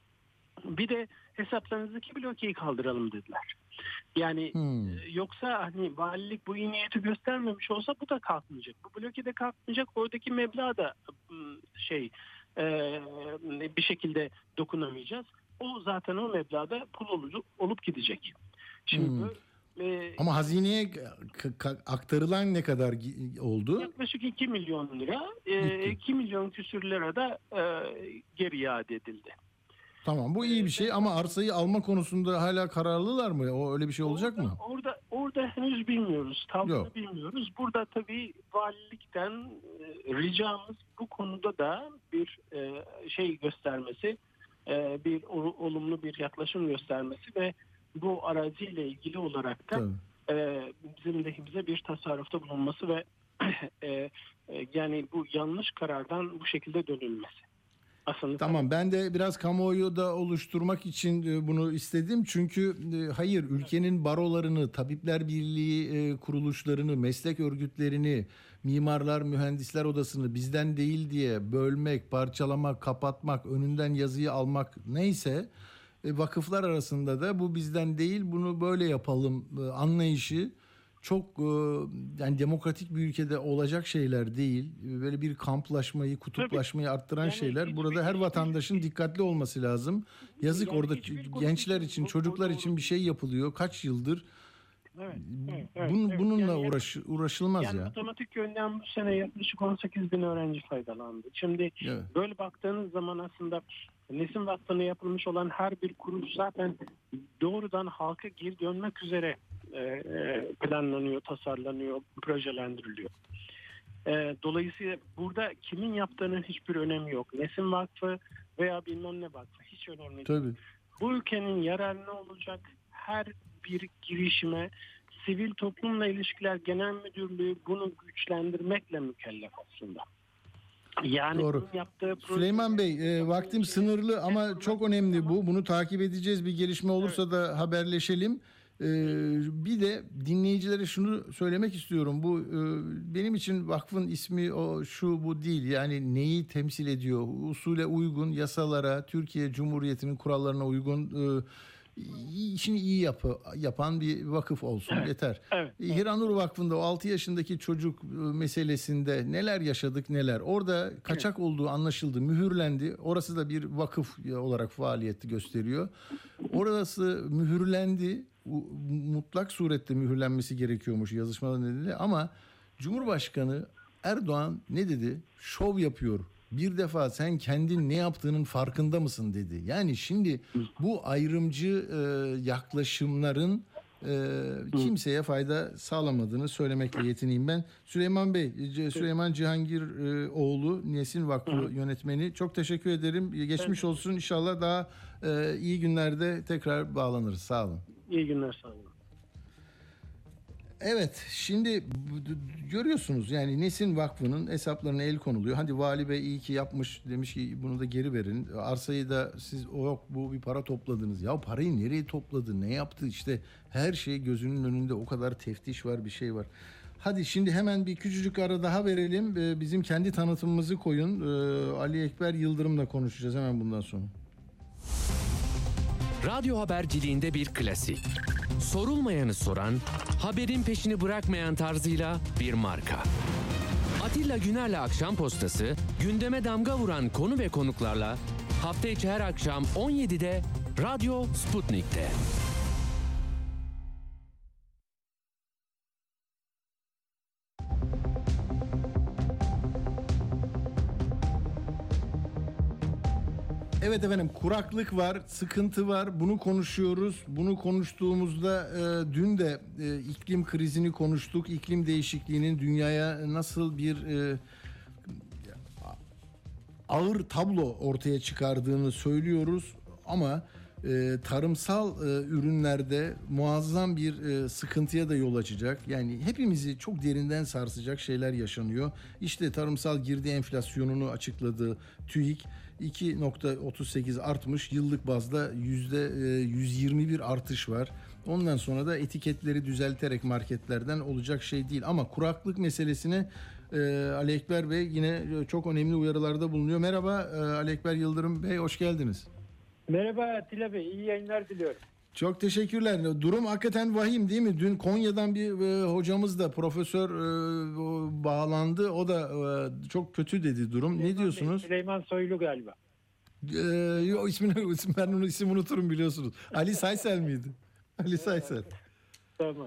Bir de hesaplarınızdaki blokeyi kaldıralım dediler. Yani Hmm. e, yoksa hani valilik bu iyi niyeti göstermemiş olsa bu da kalkmayacak. Bu bloke de kalkmayacak. Oradaki meblağ da ım, şey e, bir şekilde dokunamayacağız. O zaten o meblağda pul olup, olup gidecek. Şimdi Hmm. bu, e, Ama hazineye k- k- aktarılan ne kadar gi- oldu? yaklaşık iki milyon lira, e, Gitti. iki milyon küsür lira da e, geri iade edildi. Tamam bu iyi bir şey ama arsayı alma konusunda hala kararlılar mı? O öyle bir şey olacak orada, mı? Orada orada henüz bilmiyoruz. Tam da Yok. bilmiyoruz. Burada tabii valilikten e, ricamız bu konuda da bir e, şey göstermesi, e, bir o- olumlu bir yaklaşım göstermesi ve bu araziyle ilgili olarak da Tabii. e, bizim lehimize bir tasarrufta bulunması ve e, e, yani bu yanlış karardan bu şekilde dönülmesi. Aslında Tamam ben de biraz kamuoyu da oluşturmak için e, bunu istedim. Çünkü e, hayır ülkenin barolarını, Tabipler Birliği e, kuruluşlarını, meslek örgütlerini, mimarlar, mühendisler odasını bizden değil diye bölmek, parçalamak, kapatmak, önünden yazıyı almak neyse e, vakıflar arasında da bu bizden değil bunu böyle yapalım e, anlayışı çok e, yani demokratik bir ülkede olacak şeyler değil. Böyle bir kamplaşmayı, kutuplaşmayı arttıran Yani şeyler. hiçbir- Burada her hiçbir- vatandaşın dikkatli olması lazım. Yazık Yani orada hiçbir grup gençler için için, bu- bu çocuklar doğru için bir şey yapılıyor. Kaç yıldır evet, evet, evet, Bun- evet. bununla Yani- uğraş, uğraşılmaz Yani ya. matematik yönden bu sene yaklaşık on sekiz bin öğrenci faydalandı. Şimdi Evet. böyle baktığınız zaman aslında Nesin Vakfı'na yapılmış olan her bir kuruş zaten doğrudan halka geri dönmek üzere e, e, planlanıyor, tasarlanıyor, projelendiriliyor. E, dolayısıyla burada kimin yaptığının hiçbir önemi yok. Nesin Vakfı veya bilmem ne vakfı hiç önemli değil. Tabii. Bu ülkenin yararına olacak her bir girişime Sivil Toplumla İlişkiler Genel Müdürlüğü bunu güçlendirmekle mükellef aslında. Yani Doğru. bunun yaptığı proje- Süleyman Bey, e, vaktim sınırlı ama çok önemli bu. Bunu takip edeceğiz. Bir gelişme olursa da haberleşelim. Ee, bir de dinleyicilere şunu söylemek istiyorum. Bu e, benim için vakfın ismi o şu bu değil. Yani neyi temsil ediyor? Usule uygun, yasalara, Türkiye Cumhuriyeti'nin kurallarına uygun e, işini iyi yapı, yapan bir vakıf olsun yeter. Evet. Hiranur Vakfı'nda o altı yaşındaki çocuk e, meselesinde neler yaşadık neler. Orada kaçak olduğu anlaşıldı, mühürlendi. Orası da bir vakıf olarak faaliyeti gösteriyor. Orası mühürlendi. Mutlak surette mühürlenmesi gerekiyormuş yazışmada nedeniyle ama Cumhurbaşkanı Erdoğan ne dedi? Şov yapıyor. Bir defa sen kendin ne yaptığının farkında mısın dedi. Yani şimdi bu ayrımcı e, yaklaşımların e, kimseye fayda sağlamadığını söylemekle yetineyim ben. Süleyman Bey, C- Süleyman Cihangir e, oğlu Nesin Vakfı yönetmeni, çok teşekkür ederim. Geçmiş olsun. İnşallah daha e, iyi günlerde tekrar bağlanırız. Sağ olun. İyi günler, sağ olun. Evet, şimdi görüyorsunuz yani Nesin Vakfı'nın hesaplarına el konuluyor. Hadi Vali Bey iyi ki yapmış, demiş ki bunu da geri verin. Arsayı da siz o yok bu bir para topladınız. Ya parayı nereye topladı, ne yaptı, işte her şey gözünün önünde, o kadar teftiş var, bir şey var. Hadi şimdi hemen bir küçücük ara daha verelim. Bizim kendi tanıtımımızı koyun. Ali Ekber Yıldırım'la konuşacağız hemen bundan sonra. Radyo haberciliğinde bir klasik. Sorulmayanı soran, haberin peşini bırakmayan tarzıyla bir marka. Atilla Güner'le Akşam Postası, gündeme damga vuran konu ve konuklarla hafta içi her akşam on yedide Radyo Sputnik'te. Evet efendim, kuraklık var, sıkıntı var. Bunu konuşuyoruz. Bunu konuştuğumuzda e, dün de e, iklim krizini konuştuk. İklim değişikliğinin dünyaya nasıl bir e, ağır tablo ortaya çıkardığını söylüyoruz. Ama e, tarımsal e, ürünlerde muazzam bir e, sıkıntıya da yol açacak. Yani hepimizi çok derinden sarsacak şeyler yaşanıyor. İşte tarımsal girdi enflasyonunu açıkladı TÜİK. iki nokta otuz sekiz artmış, yıllık bazda yüzde yüz yirmi bir artış var. Ondan sonra da etiketleri düzelterek marketlerden olacak şey değil. Ama kuraklık meselesine e, Ali Ekber Bey yine çok önemli uyarılarda bulunuyor. Merhaba e, Ali Ekber Yıldırım Bey, hoş geldiniz. Merhaba Atilla Bey, iyi yayınlar diliyorum. Çok teşekkürler. Durum hakikaten vahim değil mi? Dün Konya'dan bir e, hocamız da profesör e, bağlandı. O da e, çok kötü dedi durum. Süleyman ne diyorsunuz? Bey, Süleyman Soylu galiba. Ee, o ismini, ben onu isim unuturum biliyorsunuz. Ali Saysel miydi? Ali Saysel. Tamam.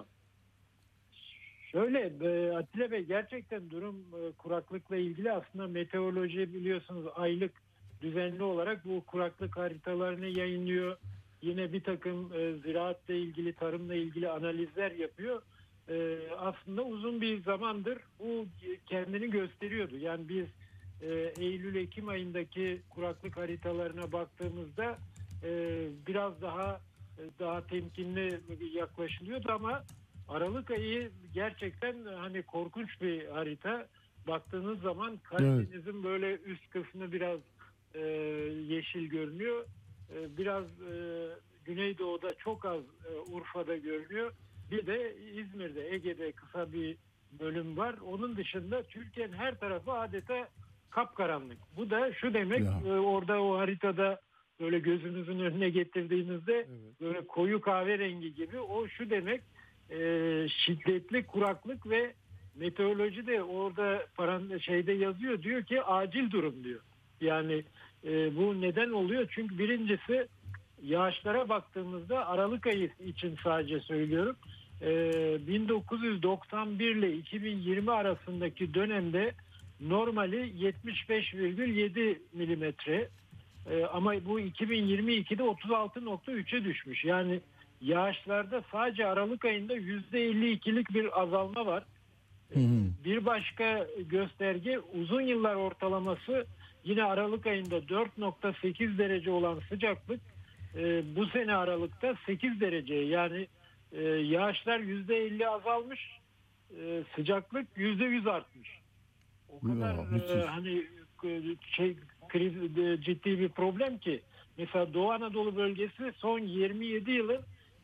Şöyle e, Atilla Bey, gerçekten durum e, kuraklıkla ilgili. Aslında meteoroloji biliyorsunuz aylık düzenli olarak bu kuraklık haritalarını yayınlıyor. Yine bir takım e, ziraatla ilgili, tarımla ilgili analizler yapıyor. E, aslında uzun bir zamandır bu kendini gösteriyordu. Yani biz e, Eylül-Ekim ayındaki kuraklık haritalarına baktığımızda e, biraz daha daha temkinli yaklaşılıyordu ama Aralık ayı gerçekten hani korkunç bir harita. Baktığınız zaman Karadeniz'in evet, böyle üst kısmı biraz e, yeşil görünüyor. E, biraz e, Güneydoğu'da çok az e, Urfa'da görünüyor. Bir de İzmir'de, Ege'de kısa bir bölüm var. Onun dışında Türkiye'nin her tarafı adeta kapkaranlık. Bu da şu demek, e, orada o haritada böyle gözünüzün önüne getirdiğinizde evet, böyle koyu kahverengi gibi, o şu demek, e, şiddetli kuraklık ve meteoroloji de orada paran şeyde yazıyor, diyor ki acil durum diyor. Yani e, bu neden oluyor? Çünkü birincisi yağışlara baktığımızda Aralık ayı için sadece söylüyorum. E, bin dokuz yüz doksan bir ile iki bin yirmi arasındaki dönemde normali yetmiş beş virgül yedi milimetre. Ee, ama bu iki bin yirmi ikide otuz altı nokta üçe düşmüş. Yani yağışlarda sadece Aralık ayında yüzde elli ikilik bir azalma var. Hı hı. Bir başka gösterge, uzun yıllar ortalaması yine Aralık ayında dört nokta sekiz derece olan sıcaklık e, bu sene Aralık'ta sekiz derece. Yani e, yağışlar yüzde elli azalmış, e, sıcaklık yüzde yüz artmış. O kadar ya, e, hani şey, kriz, ciddi bir problem ki mesela Doğu Anadolu bölgesi son yirmi yedi yılın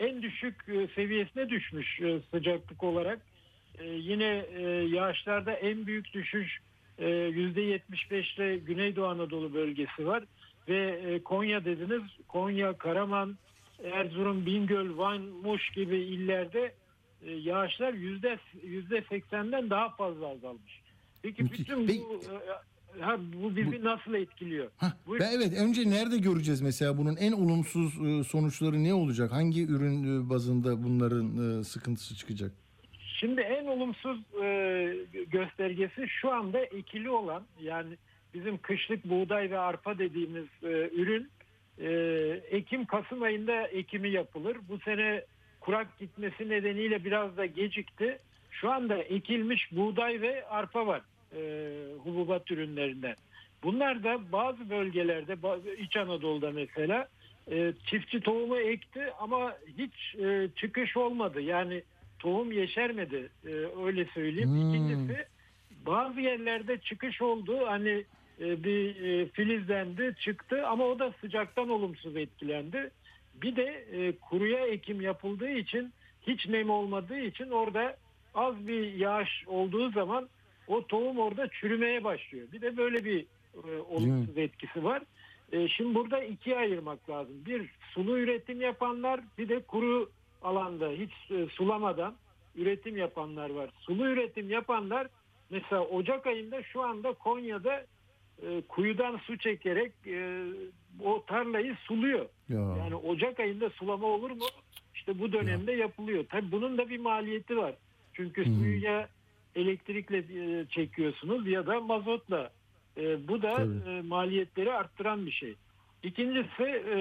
en düşük e, seviyesine düşmüş e, sıcaklık olarak. E, yine e, yağışlarda en büyük düşüş e, yüzde yetmiş beşte Güneydoğu Anadolu bölgesi var. Ve e, Konya dediniz. Konya, Karaman, Erzurum, Bingöl, Van, Muş gibi illerde e, yağışlar yüzde yüzde seksenden daha fazla azalmış. Peki Müthiş. bütün Peki- bu e, ha, bu bizi nasıl etkiliyor? Hah, Buyurun. ben evet önce nerede göreceğiz mesela bunun en olumsuz e, sonuçları ne olacak? Hangi ürün e, bazında bunların e, sıkıntısı çıkacak? Şimdi en olumsuz e, göstergesi şu anda ekili olan, yani bizim kışlık buğday ve arpa dediğimiz e, ürün e, Ekim-Kasım ayında ekimi yapılır. Bu sene kurak gitmesi nedeniyle biraz da gecikti. Şu anda ekilmiş buğday ve arpa var e, hububat ürünlerinden. Bunlar da bazı bölgelerde, bazı- İç Anadolu'da mesela e, çiftçi tohumu ekti ama hiç e, çıkış olmadı. Yani tohum yeşermedi, e, öyle söyleyeyim. Hmm. İkincisi, bazı yerlerde çıkış oldu. Hani e, bir e, filizlendi, çıktı ama o da sıcaktan olumsuz etkilendi. Bir de e, kuruya ekim yapıldığı için, hiç nem olmadığı için orada az bir yağış olduğu zaman o tohum orada çürümeye başlıyor. Bir de böyle bir e, olumsuz etkisi var. E, şimdi burada ikiye ayırmak lazım. Bir, sulu üretim yapanlar, bir de kuru alanda hiç e, sulamadan üretim yapanlar var. Sulu üretim yapanlar mesela Ocak ayında şu anda Konya'da e, kuyudan su çekerek e, o tarlayı suluyor. Ya. Yani Ocak ayında sulama olur mu? İşte bu dönemde yapılıyor. Tabii bunun da bir maliyeti var. Çünkü suyu ya elektrikle e, çekiyorsunuz ya da mazotla. E, bu da Tabii. e, maliyetleri arttıran bir şey. İkincisi, e,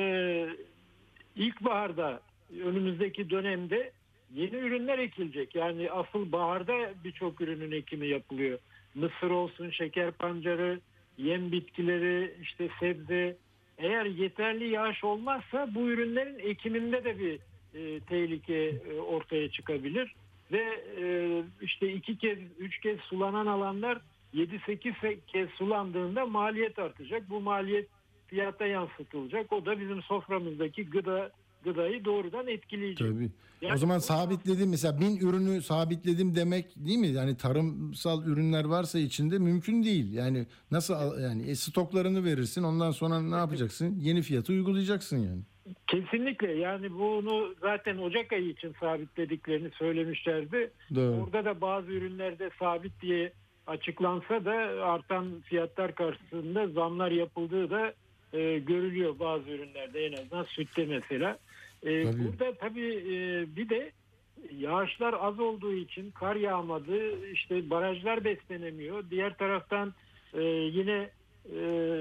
ilkbaharda, önümüzdeki dönemde yeni ürünler ekilecek. Yani asıl baharda birçok ürünün ekimi yapılıyor. Mısır olsun, şeker pancarı, yem bitkileri, işte sebze. Eğer yeterli yağış olmazsa bu ürünlerin ekiminde de bir e, tehlike e, ortaya çıkabilir. Ve e, işte iki kez, üç kez sulanan alanlar yedi sekiz kez sulandığında maliyet artacak. Bu maliyet fiyata yansıtılacak. O da bizim soframızdaki gıda gıdayı doğrudan etkileyecek. Tabii. Yani o zaman bu- sabitledim mesela bin ürünü sabitledim demek değil mi? Yani tarımsal ürünler varsa içinde mümkün değil. Yani nasıl al- yani e, stoklarını verirsin ondan sonra ne yapacaksın? Yeni fiyatı uygulayacaksın yani. Kesinlikle, yani bunu zaten Ocak ayı için sabitlediklerini söylemişlerdi. Doğru. Orada da bazı ürünlerde sabit diye açıklansa da artan fiyatlar karşısında zamlar yapıldığı da e, görülüyor bazı ürünlerde, en azından sütte mesela. E, Tabii. burada tabii e, bir de yağışlar az olduğu için kar yağmadı, işte barajlar beslenemiyor. Diğer taraftan e, yine e,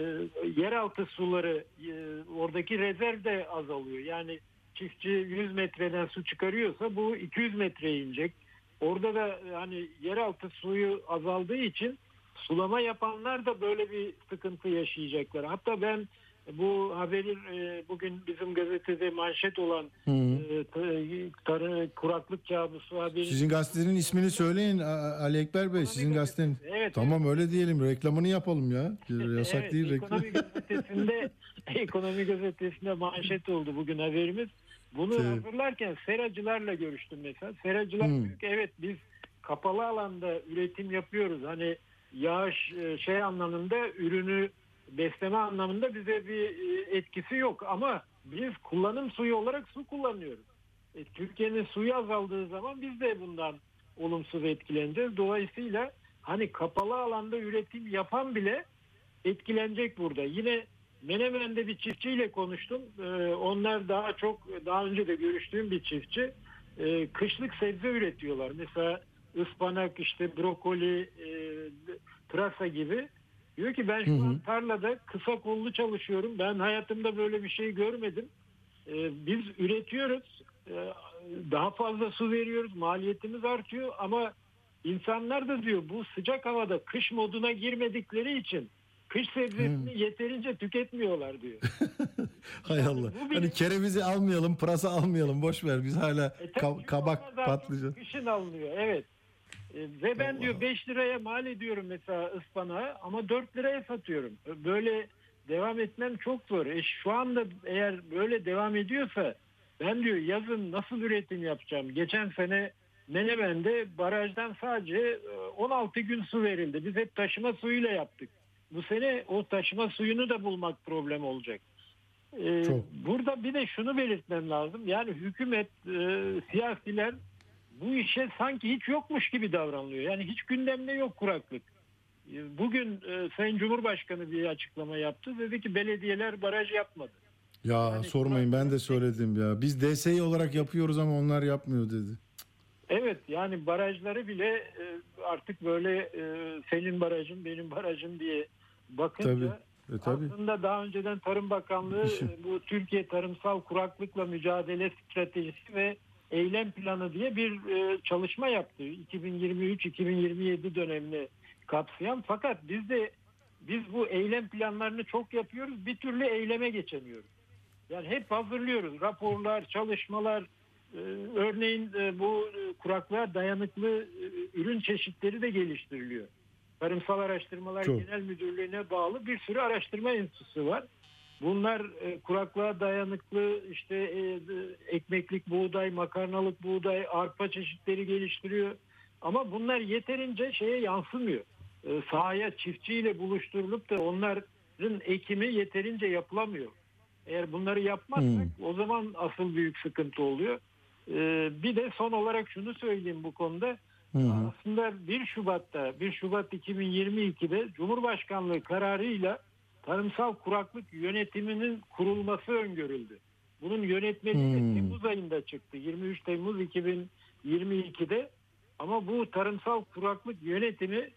yeraltı suları, e, oradaki rezerv de azalıyor. Yani çiftçi yüz metreden su çıkarıyorsa bu iki yüz metreye inecek. Orada da hani yeraltı suyu azaldığı için sulama yapanlar da böyle bir sıkıntı yaşayacaklar. Hatta ben bu haberin e, bugün bizim gazetede manşet olan Hı. e, ta- tarı kuraklık kabusu haberi. Sizin gazetenin ismini söyleyin A- Ali Ekber Bey. Sizin gazetenin. Evet, Tamam öyle diyelim. Reklamını yapalım ya. Yasak evet, değil reklam. Ekonomi gazetesinde Ekonomi gazetesinde manşet oldu bugün haberimiz. Bunu Evet. hazırlarken seracılarla görüştüm mesela. Seracılar Hmm. diyor ki evet, biz kapalı alanda üretim yapıyoruz. Hani yağış e, şey anlamında, ürünü besleme anlamında bize bir e, etkisi yok ama biz kullanım suyu olarak su kullanıyoruz. E, Türkiye'nin suyu azaldığı zaman biz de bundan olumsuz etkileneceğiz. Dolayısıyla hani kapalı alanda üretim yapan bile etkilenecek burada. Yine Menemen'de bir çiftçiyle konuştum. Ee, onlar daha çok, daha önce de görüştüğüm bir çiftçi. Ee, kışlık sebze üretiyorlar. Mesela ıspanak, işte brokoli, e, pırasa gibi. Diyor ki ben şu Hı hı. an tarlada kısa kollu çalışıyorum. Ben hayatımda böyle bir şey görmedim. Ee, biz üretiyoruz. Ee, daha fazla su veriyoruz. Maliyetimiz artıyor ama insanlar da diyor bu sıcak havada kış moduna girmedikleri için kış sebzesini yeterince tüketmiyorlar diyor. Hay Allah. bu bile- Hani kerevizi almayalım, pırasa almayalım. Boş ver. Biz hala E tabii ka- çünkü onlar kabak, daha patlıcan. çok kışın alınıyor. Evet. E, ve ben diyor beş liraya mal ediyorum mesela ıspanağı ama dört liraya satıyorum. Böyle devam etmem çok zor. E, şu anda eğer böyle devam ediyorsa Ben diyor yazın nasıl üretim yapacağım? Geçen sene Menemen'de barajdan sadece on altı gün su verildi. Biz hep taşıma suyuyla yaptık. Bu sene o taşıma suyunu da bulmak problem olacak. Ee, burada bir de şunu belirtmem lazım. Yani hükümet, e, siyasiler bu işe sanki hiç yokmuş gibi davranılıyor. Yani hiç gündemde yok kuraklık. E, bugün e, Sayın Cumhurbaşkanı bir açıklama yaptı. Dedi ki belediyeler baraj yapmadı. Ya yani sormayın, ben de söyledim ya. Biz D S İ olarak yapıyoruz ama onlar yapmıyor dedi. Evet, yani barajları bile e, artık böyle e, senin barajın benim barajım diye bakınca Tabii. E, tabii. aslında daha önceden Tarım Bakanlığı e, bu Türkiye Tarımsal Kuraklıkla Mücadele Stratejisi ve Eylem Planı diye bir e, çalışma yaptı. iki bin yirmi üç iki bin yirmi yedi dönemini kapsayan, fakat biz de biz bu eylem planlarını çok yapıyoruz, bir türlü eyleme geçemiyoruz. Yani hep hazırlıyoruz raporlar, çalışmalar. Ee, örneğin e, bu e, kuraklığa dayanıklı e, ürün çeşitleri de geliştiriliyor. Tarımsal Araştırmalar Çok. Genel Müdürlüğü'ne bağlı bir sürü araştırma enstitüsü var. Bunlar e, kuraklığa dayanıklı işte e, ekmeklik buğday, makarnalık buğday, arpa çeşitleri geliştiriyor. Ama bunlar yeterince şeye yansımıyor. E, sahaya çiftçiyle buluşturulup da onların ekimi yeterince yapılamıyor. Eğer bunları yapmazsak hmm. o zaman asıl büyük sıkıntı oluyor. Ee, bir de son olarak şunu söyleyeyim bu konuda. Hmm. Aslında bir Şubat'ta, bir Şubat iki bin yirmi ikide Cumhurbaşkanlığı kararıyla tarımsal kuraklık yönetiminin kurulması öngörüldü. Bunun yönetmeliği hmm. Temmuz ayında çıktı. yirmi üç Temmuz iki bin yirmi ikide. Ama bu tarımsal kuraklık yönetimi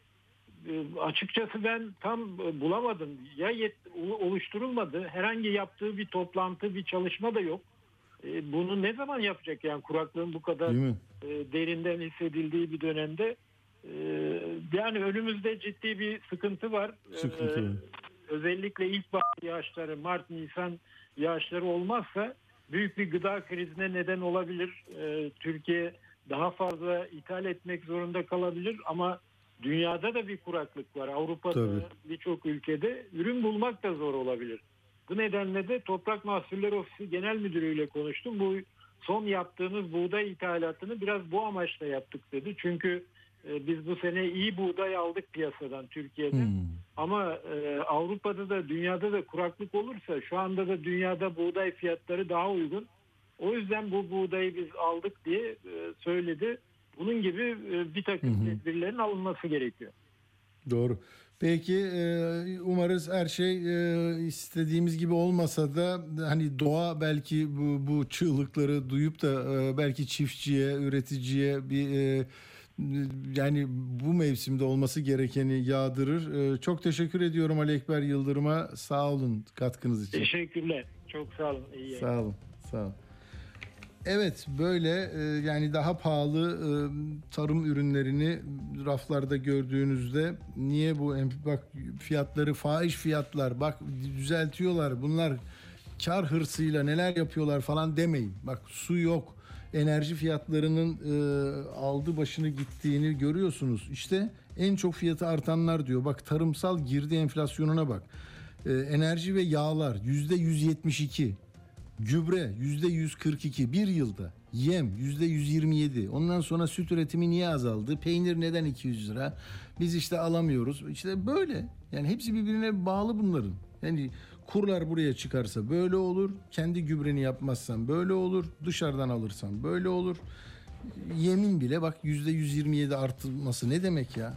açıkçası ben tam bulamadım. Ya yet, oluşturulmadı. Herhangi yaptığı bir toplantı, bir çalışma da yok. E, bunu ne zaman yapacak yani kuraklığın bu kadar e, derinden hissedildiği bir dönemde? E, yani önümüzde ciddi bir sıkıntı var. Sıkıntı. E, özellikle ilkbahar yağışları, Mart, Nisan yağışları olmazsa büyük bir gıda krizine neden olabilir. E, Türkiye daha fazla ithal etmek zorunda kalabilir ama dünyada da bir kuraklık var. Avrupa'da birçok ülkede ürün bulmak da zor olabilir. Bu nedenle de Toprak Mahsulleri Ofisi Genel Müdürü ile konuştum. Bu son yaptığımız buğday ithalatını biraz bu amaçla yaptık dedi. Çünkü e, biz bu sene iyi buğday aldık piyasadan Türkiye'de. Hmm. Ama e, Avrupa'da da dünyada da kuraklık olursa şu anda da dünyada buğday fiyatları daha uygun. O yüzden bu buğdayı biz aldık diye e, söyledi. Bunun gibi bir takım tedbirlerin alınması gerekiyor. Doğru. Peki umarız her şey istediğimiz gibi olmasa da hani doğa belki bu, bu çığlıkları duyup da belki çiftçiye, üreticiye bir yani bu mevsimde olması gerekeni yağdırır. Çok teşekkür ediyorum Ali Ekber Yıldırım'a. Sağ olun katkınız için. Teşekkürler. Çok sağ olun. İyi sağ olun. Sağ olun. Evet, böyle yani daha pahalı tarım ürünlerini raflarda gördüğünüzde niye bu bak fiyatları fahiş fiyatlar bak düzeltiyorlar bunlar kar hırsıyla neler yapıyorlar falan demeyin. Bak su yok, enerji fiyatlarının aldı başını gittiğini görüyorsunuz. İşte en çok fiyatı artanlar diyor. Bak tarımsal girdi enflasyonuna bak. Enerji ve yağlar yüzde yüz yetmiş iki. Gübre yüzde yüz kırk iki bir yılda, yem yüzde yüz yirmi yedi. Ondan sonra süt üretimi niye azaldı? Peynir neden iki yüz lira? Biz işte alamıyoruz. İşte böyle. Yani hepsi birbirine bağlı bunların. Yani kurlar buraya çıkarsa böyle olur. Kendi gübreni yapmazsan böyle olur. Dışarıdan alırsan böyle olur. Yemin bile bak yüzde yüz yirmi yedi artması ne demek ya?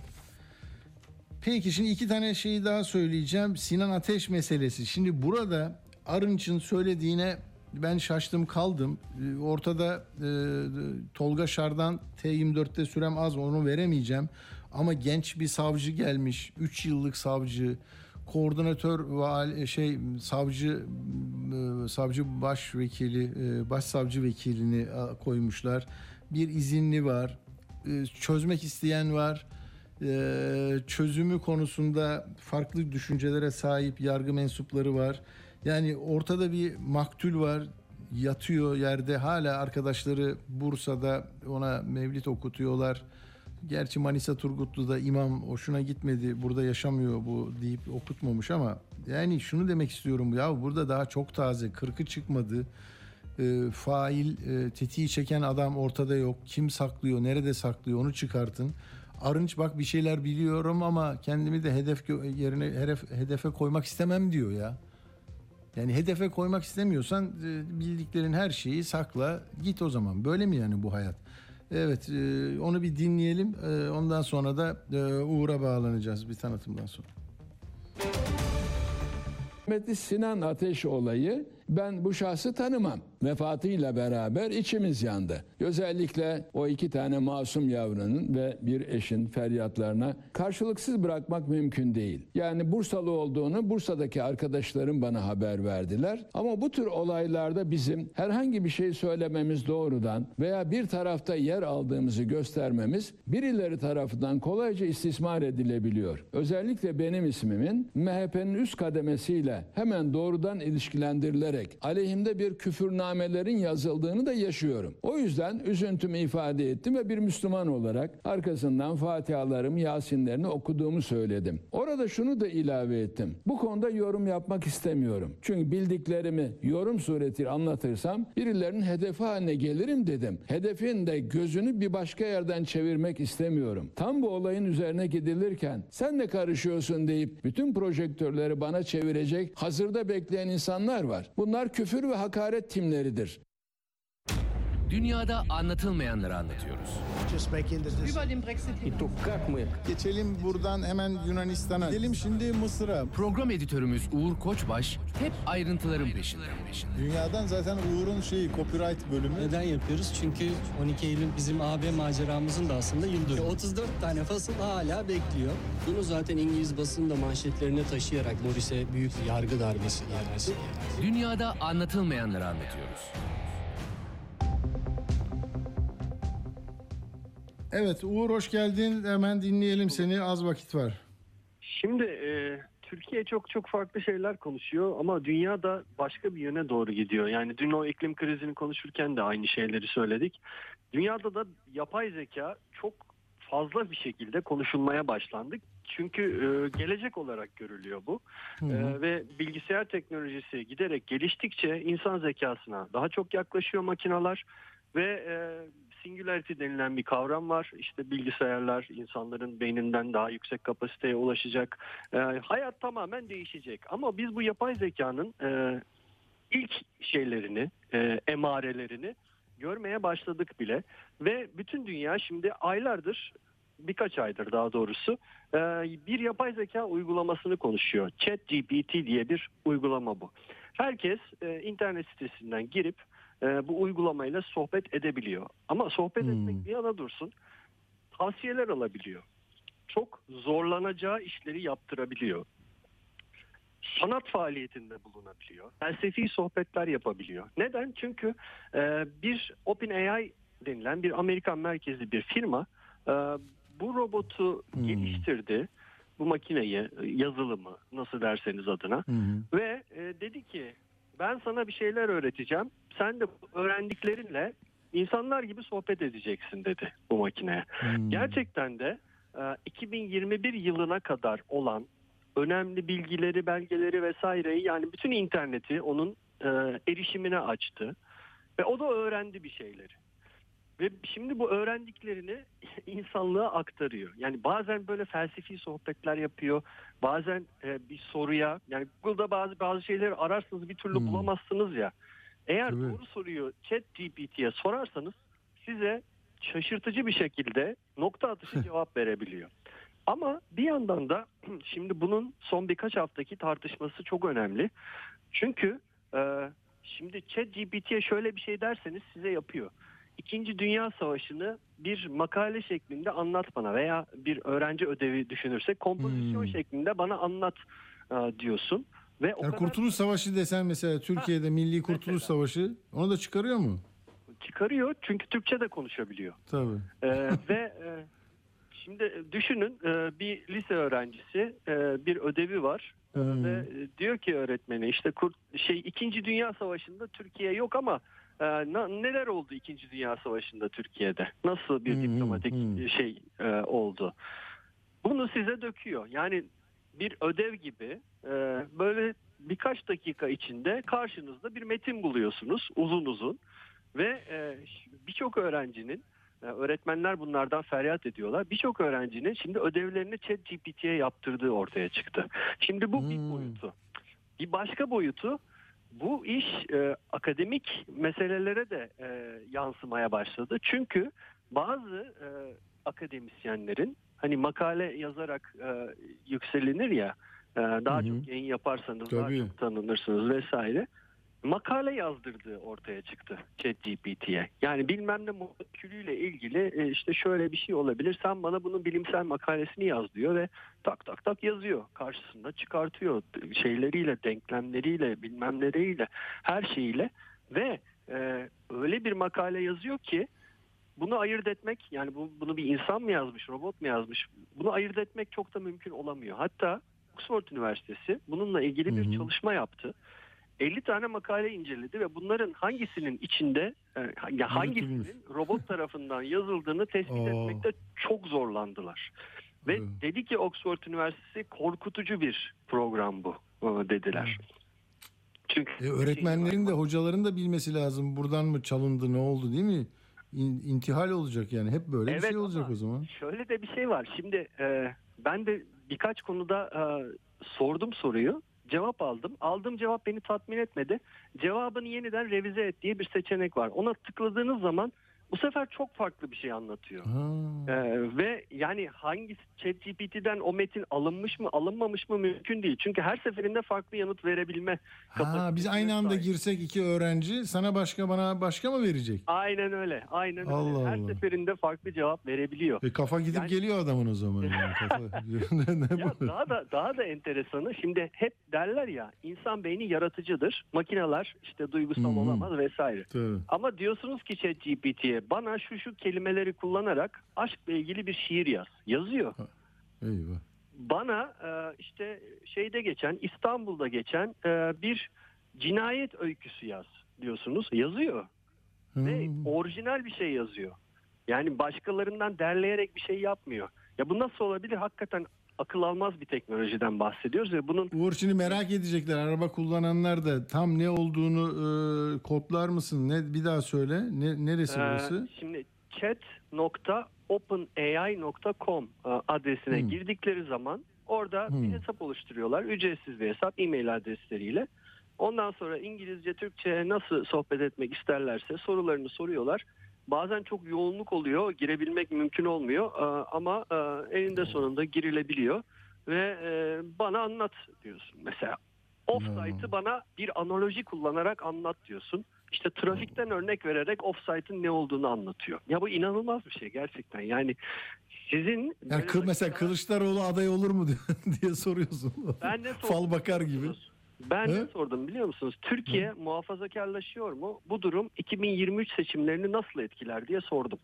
Peki şimdi iki tane şeyi daha söyleyeceğim. Sinan Ateş meselesi. Şimdi burada Arınç'ın söylediğine ben şaştım kaldım. Ortada e, Tolga Şar'dan T yirmi dörtte sürem az onu veremeyeceğim. Ama genç bir savcı gelmiş. üç yıllık savcı, koordinatör ve şey savcı e, savcı başvekili, e, başsavcı vekilini koymuşlar. Bir izinli var. E, çözmek isteyen var. E, çözümü konusunda farklı düşüncelere sahip yargı mensupları var. Yani ortada bir maktul var, yatıyor yerde, hala arkadaşları Bursa'da ona mevlid okutuyorlar. Gerçi Manisa Turgutlu'da imam hoşuna gitmedi, burada yaşamıyor bu deyip okutmamış ama yani şunu demek istiyorum ya burada daha çok taze, kırkı çıkmadı. e, fail, e, tetiği çeken adam ortada yok. Kim saklıyor, nerede saklıyor onu çıkartın. Arınç bak bir şeyler biliyorum ama kendimi de hedef yerine hedef, hedefe koymak istemem diyor ya. Yani hedefe koymak istemiyorsan e, bildiklerin her şeyi sakla git o zaman. Böyle mi yani bu hayat? Evet, e, onu bir dinleyelim. E, ondan sonra da e, Uğur'a bağlanacağız bir tanıtımdan sonra. Rahmetli Sinan Ateş olayı, ben bu şahsı tanımam. Vefatıyla beraber içimiz yandı. Özellikle o iki tane masum yavrunun ve bir eşin feryatlarına karşılıksız bırakmak mümkün değil. Yani Bursalı olduğunu Bursa'daki arkadaşlarım bana haber verdiler. Ama bu tür olaylarda bizim herhangi bir şey söylememiz doğrudan veya bir tarafta yer aldığımızı göstermemiz birileri tarafından kolayca istismar edilebiliyor. Özellikle benim ismimin M H P'nin üst kademesiyle hemen doğrudan ilişkilendirilerek aleyhimde bir küfürnamelerin yazıldığını da yaşıyorum. O yüzden üzüntümü ifade ettim ve bir Müslüman olarak arkasından Fatihalarımı, Yasinlerini okuduğumu söyledim. Orada şunu da ilave ettim. Bu konuda yorum yapmak istemiyorum. Çünkü bildiklerimi yorum suretiyle anlatırsam birilerinin hedefi haline gelirim dedim. Hedefin de gözünü bir başka yerden çevirmek istemiyorum. Tam bu olayın üzerine gidilirken sen ne karışıyorsun deyip bütün projektörleri bana çevirecek hazırda bekleyen insanlar var. Bunlar küfür ve hakaret timleridir. Dünyada anlatılmayanları anlatıyoruz. Geçelim buradan hemen Yunanistan'a. Gidelim şimdi Mısır'a. Program editörümüz Uğur Koçbaş hep ayrıntıların peşinde. Dünyadan zaten Uğur'un şeyi copyright bölümü. Neden yapıyoruz? Çünkü on iki Eylül bizim A B maceramızın da aslında yıl dönümü. otuz dört tane fasıl hala bekliyor. Bunu zaten İngiliz basını da manşetlerine taşıyarak Morris'e büyük yargı darbesi gelmesi. Dünyada anlatılmayanları anlatıyoruz. Evet Uğur hoş geldin. Hemen dinleyelim seni. Az vakit var. Şimdi e, Türkiye çok çok farklı şeyler konuşuyor ama dünya da başka bir yöne doğru gidiyor. Yani dün o iklim krizini konuşurken de aynı şeyleri söyledik. Dünyada da yapay zeka çok fazla bir şekilde konuşulmaya başlandı. Çünkü e, gelecek olarak görülüyor bu. Hı hı. E, ve bilgisayar teknolojisi giderek geliştikçe insan zekasına daha çok yaklaşıyor makineler ve e, singularity denilen bir kavram var. İşte bilgisayarlar insanların beyninden daha yüksek kapasiteye ulaşacak. E, hayat tamamen değişecek. Ama biz bu yapay zekanın e, ilk şeylerini, e, emarelerini görmeye başladık bile. Ve bütün dünya şimdi aylardır, birkaç aydır daha doğrusu e, bir yapay zeka uygulamasını konuşuyor. ChatGPT diye bir uygulama bu. Herkes e, internet sitesinden girip e, bu uygulamayla sohbet edebiliyor. Ama sohbet hmm. etmek bir yana dursun, tavsiyeler alabiliyor. Çok zorlanacağı işleri yaptırabiliyor. Sanat faaliyetinde bulunabiliyor. Felsefi sohbetler yapabiliyor. Neden? Çünkü e, bir OpenAI denilen bir Amerikan merkezli bir firma e, bu robotu hmm. geliştirdi. Bu makineyi, yazılımı nasıl derseniz adına. Hmm. Ve e, dedi ki ben sana bir şeyler öğreteceğim. Sen de öğrendiklerinle insanlar gibi sohbet edeceksin dedi bu makineye. Hmm. Gerçekten de e, iki bin yirmi bir yılına kadar olan önemli bilgileri, belgeleri vesaireyi, yani bütün interneti onun e, erişimine açtı. Ve o da öğrendi bir şeyleri. Ve şimdi bu öğrendiklerini insanlığa aktarıyor. Yani bazen böyle felsefi sohbetler yapıyor. Bazen e, bir soruya, yani Google'da bazı bazı şeyleri ararsınız bir türlü hmm. bulamazsınız ya. Eğer evet. doğru soruyu ChatGPT'ye sorarsanız size şaşırtıcı bir şekilde nokta atışı cevap verebiliyor. Ama bir yandan da şimdi bunun son birkaç haftaki tartışması çok önemli. Çünkü e, şimdi ChatGPT'ye şöyle bir şey derseniz size yapıyor. İkinci Dünya Savaşı'nı bir makale şeklinde anlat bana veya bir öğrenci ödevi düşünürsek kompozisyon hmm. şeklinde bana anlat e, diyorsun. Ve o yani kadar... Kurtuluş Savaşı desen mesela Türkiye'de ha, Milli Kurtuluş mesela. Savaşı onu da çıkarıyor mu? Çıkarıyor çünkü Türkçe de konuşabiliyor. Tabii. E, ve e, şimdi düşünün e, bir lise öğrencisi e, bir ödevi var. Hmm. Ve diyor ki öğretmeni işte kurt, şey İkinci Dünya Savaşı'nda Türkiye yok ama Ee, neler oldu İkinci Dünya Savaşı'nda Türkiye'de? Nasıl bir hmm, diplomatik hmm. şey e, oldu? Bunu size döküyor. Yani bir ödev gibi e, böyle birkaç birkaç dakika içinde karşınızda bir metin buluyorsunuz uzun uzun ve e, birçok öğrencinin, e, öğretmenler bunlardan feryat ediyorlar. Birçok öğrencinin şimdi ödevlerini ChatGPT'ye yaptırdığı ortaya çıktı. Şimdi bu hmm. bir boyutu. Bir başka boyutu, bu iş e, akademik meselelere de e, yansımaya başladı. Çünkü bazı e, akademisyenlerin hani makale yazarak e, yükselinir ya, e, daha hı hı. çok yayın yaparsanız Tabii. daha çok tanınırsınız vesaire. Makale yazdırdığı ortaya çıktı ChatGPT'ye. Yani bilmem ne molekülüyle ilgili e, işte şöyle bir şey olabilir. Sen bana bunun bilimsel makalesini yaz diyor ve tak tak tak yazıyor. Karşısında çıkartıyor şeyleriyle, denklemleriyle, bilmem neleriyle, her şeyiyle ve e, öyle bir makale yazıyor ki bunu ayırt etmek, yani bu, bunu bir insan mı yazmış, robot mu yazmış, bunu ayırt etmek çok da mümkün olamıyor. Hatta Oxford Üniversitesi bununla ilgili bir hı hı. çalışma yaptı. elli tane makale inceledi ve bunların hangisinin içinde, yani hangisinin robot tarafından yazıldığını tespit Aa. etmekte çok zorlandılar. Ve evet. dedi ki Oxford Üniversitesi, korkutucu bir program bu dediler. Evet. Çünkü e, öğretmenlerin de hocaların da bilmesi lazım. Buradan mı çalındı, ne oldu, değil mi? İn, intihal olacak yani. Hep böyle evet, bir şey olacak o zaman. Şöyle de bir şey var. Şimdi e, ben de birkaç konuda e, sordum soruyu. Cevap aldım. Aldığım cevap beni tatmin etmedi. Cevabını yeniden revize et diye bir seçenek var. Ona tıkladığınız zaman bu sefer çok farklı bir şey anlatıyor. Ee, ve yani hangisi, ChatGPT'den o metin alınmış mı alınmamış mı mümkün değil. Çünkü her seferinde farklı yanıt verebilme kapasitesi. Biz aynı anda sahip. Girsek iki öğrenci sana başka bana başka mı verecek? Aynen öyle. Aynen Allah öyle. Her Allah. seferinde farklı cevap verebiliyor. Ve kafa gidip yani... geliyor adamın o zaman. Yani. Kafa... ne, ne ya daha da daha da enteresanı, şimdi hep derler ya, insan beyni yaratıcıdır. Makineler işte duygusal hmm. olamaz vesaire. Tabii. Ama diyorsunuz ki ChatGPT'ye bana şu şu kelimeleri kullanarak aşkla ilgili bir şiir yaz. Yazıyor. Ha, eyvah. Bana işte şeyde geçen, İstanbul'da geçen bir cinayet öyküsü yaz diyorsunuz. Yazıyor. Hmm. Ve orijinal bir şey yazıyor. Yani başkalarından derleyerek bir şey yapmıyor. Ya bu nasıl olabilir? Hakikaten akıl almaz bir teknolojiden bahsediyoruz ve bunun... Uğur, şimdi merak edecekler araba kullananlar da, tam ne olduğunu e, kodlar mısın? Ne, bir daha söyle. Ne, neresi burası? Ee, şimdi chat nokta openai nokta com adresine hmm. girdikleri zaman orada hmm. bir hesap oluşturuyorlar. Ücretsiz bir hesap, e-mail adresleriyle. Ondan sonra İngilizce, Türkçe nasıl sohbet etmek isterlerse sorularını soruyorlar. Bazen çok yoğunluk oluyor, girebilmek mümkün olmuyor ama eninde sonunda girilebiliyor ve bana anlat diyorsun. Mesela offsite'ı bana bir analoji kullanarak anlat diyorsun. İşte trafikten örnek vererek offsite'ın ne olduğunu anlatıyor. Ya bu inanılmaz bir şey gerçekten. Yani sizin... Yani kı- mesela kadar... Kılıçdaroğlu aday olur mu diye soruyorsun. Ben ne Fal bakar gibi. Ben He? ne sordum biliyor musunuz? Türkiye He? muhafazakarlaşıyor mu? Bu durum iki bin yirmi üç seçimlerini nasıl etkiler diye sordum.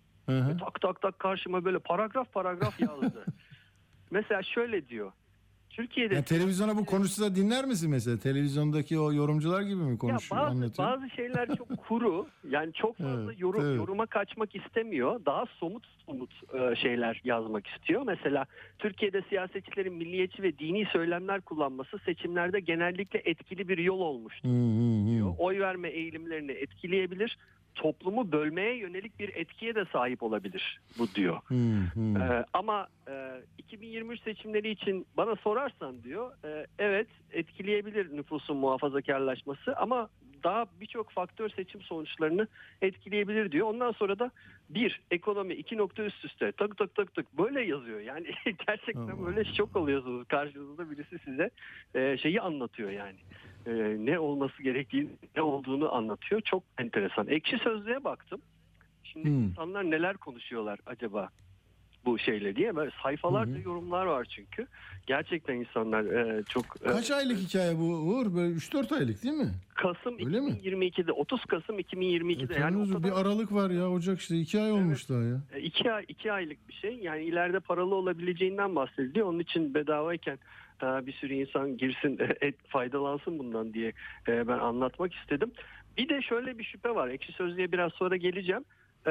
Ve tak tak tak karşıma böyle paragraf paragraf yazdı. Mesela şöyle diyor. Türkiye'de... Yani televizyona bu konuşsa dinler misin mesela? Televizyondaki o yorumcular gibi mi konuşuyor, ya bazı, anlatıyor? Bazı şeyler çok kuru. Yani çok fazla evet, yorum, evet. yoruma kaçmak istemiyor. Daha somut somut şeyler yazmak istiyor. Mesela Türkiye'de siyasetçilerin milliyetçi ve dini söylemler kullanması seçimlerde genellikle etkili bir yol olmuştur diyor. Oy verme eğilimlerini etkileyebilir. Toplumu bölmeye yönelik bir etkiye de sahip olabilir bu diyor. Hmm, hmm. Ee, ama e, iki bin yirmi üç seçimleri için bana sorarsan diyor, e, evet etkileyebilir nüfusun muhafazakarlaşması ama daha birçok faktör seçim sonuçlarını etkileyebilir diyor. Ondan sonra da bir ekonomi iki nokta üst üste tak tak tak tak böyle yazıyor. Yani gerçekten Allah. Böyle şok oluyorsunuz. Karşınızda birisi size e, şeyi anlatıyor yani. Ee, ne olması gerektiği, ne olduğunu anlatıyor. Çok enteresan. Ekşi Sözlüğe baktım. Şimdi hmm. insanlar neler konuşuyorlar acaba bu şeyle diye. Böyle sayfalarca hmm. yorumlar var çünkü. Gerçekten insanlar e, çok... Kaç e, aylık hikaye bu Uğur? Böyle üç dört aylık değil mi? Kasım Öyle iki bin yirmi ikide. Mi? otuz Kasım iki bin yirmi ikide. E, yani o kadar... Bir aralık var ya. Ocak işte. iki ay olmuş evet. daha ya. iki ay, iki aylık bir şey. Yani ileride paralı olabileceğinden bahsediliyor. Onun için bedavayken bir sürü insan girsin, et, faydalansın bundan diye ben anlatmak istedim. Bir de şöyle bir şüphe var. Ekşi Sözlüğe biraz sonra geleceğim.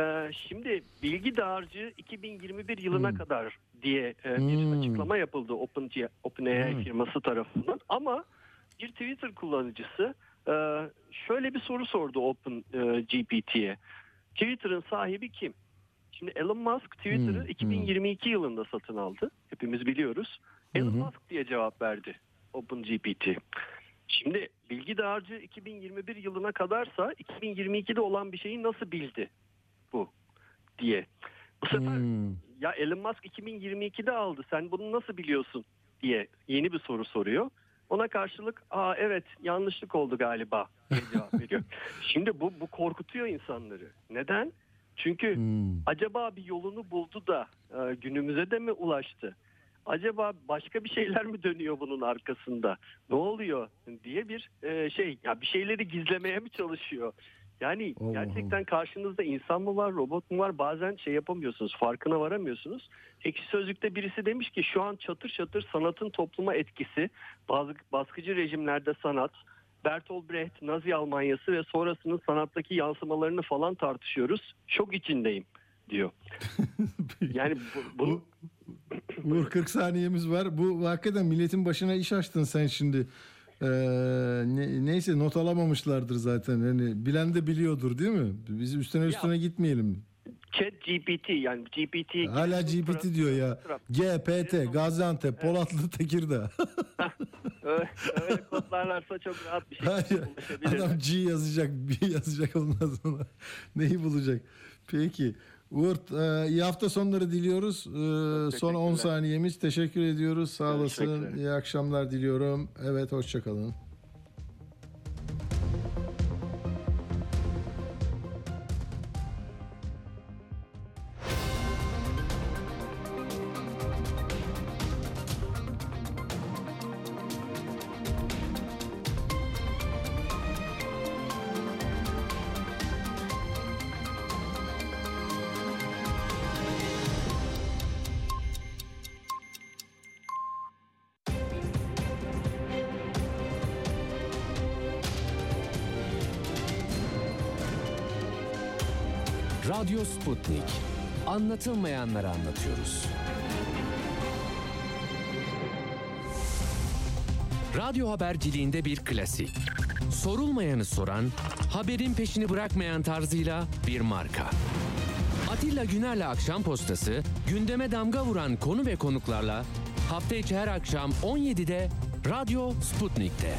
Şimdi bilgi dağarcığı iki bin yirmi bir yılına hmm. kadar diye bir hmm. açıklama yapıldı OpenAI hmm. firması tarafından. Ama bir Twitter kullanıcısı e, şöyle bir soru sordu OpenGPT'ye. Twitter'ın sahibi kim? Şimdi Elon Musk Twitter'ı Hmm, iki bin yirmi iki hmm. yılında satın aldı. Hepimiz biliyoruz. Elon hmm. Musk diye cevap verdi OpenGPT. Şimdi bilgi dağarcığı iki bin yirmi bir yılına kadarsa iki bin yirmi ikide olan bir şeyi nasıl bildi bu diye. Bu sefer hmm. ya Elon Musk iki bin yirmi ikide aldı, sen bunu nasıl biliyorsun diye yeni bir soru soruyor. Ona karşılık aa evet yanlışlık oldu galiba diye cevap veriyor. Şimdi bu, bu korkutuyor insanları. Neden? Çünkü hmm. acaba bir yolunu buldu da e, günümüze de mi ulaştı? Acaba başka bir şeyler mi dönüyor bunun arkasında? Ne oluyor diye bir e, şey, ya bir şeyleri gizlemeye mi çalışıyor? Yani oh, gerçekten oh. karşınızda insan mı var, robot mu var? Bazen şey yapamıyorsunuz, farkına varamıyorsunuz. Ekşi Sözlük'te birisi demiş ki şu an çatır çatır sanatın topluma etkisi, bazı baskıcı rejimlerde sanat, Bertolt Brecht, Nazi Almanyası ve sonrasının sanattaki yansımalarını falan tartışıyoruz. Şok içindeyim diyor. Yani bu, bu... Uğur kırk saniyemiz var. Bu hakikaten milletin başına iş açtın sen şimdi. Ee, ne, neyse not alamamışlardır zaten. Yani bilen de biliyordur değil mi? Biz üstüne üstüne ya, gitmeyelim. Chat G P T yani G P T. Hala G P T diyor ya. G P T, Gaziantep, Polatlı, Tekirdağ. öyle, öyle kodlarlarsa çok rahat bir şekilde ulaşabilir. Adam G yazacak, B yazacak ondan sonra neyi bulacak? Peki. Uğur, e, iyi hafta sonları diliyoruz. E, son on saniyemiz. Teşekkür ediyoruz. Sağ olasın. İyi akşamlar diliyorum. Evet, hoşçakalın. Radyo Sputnik. Anlatılmayanları anlatıyoruz. Radyo haberciliğinde bir klasik. Sorulmayanı soran, haberin peşini bırakmayan tarzıyla bir marka. Atilla Güner'le Akşam Postası, gündeme damga vuran konu ve konuklarla hafta içi her akşam on yedide Radyo Sputnik'te.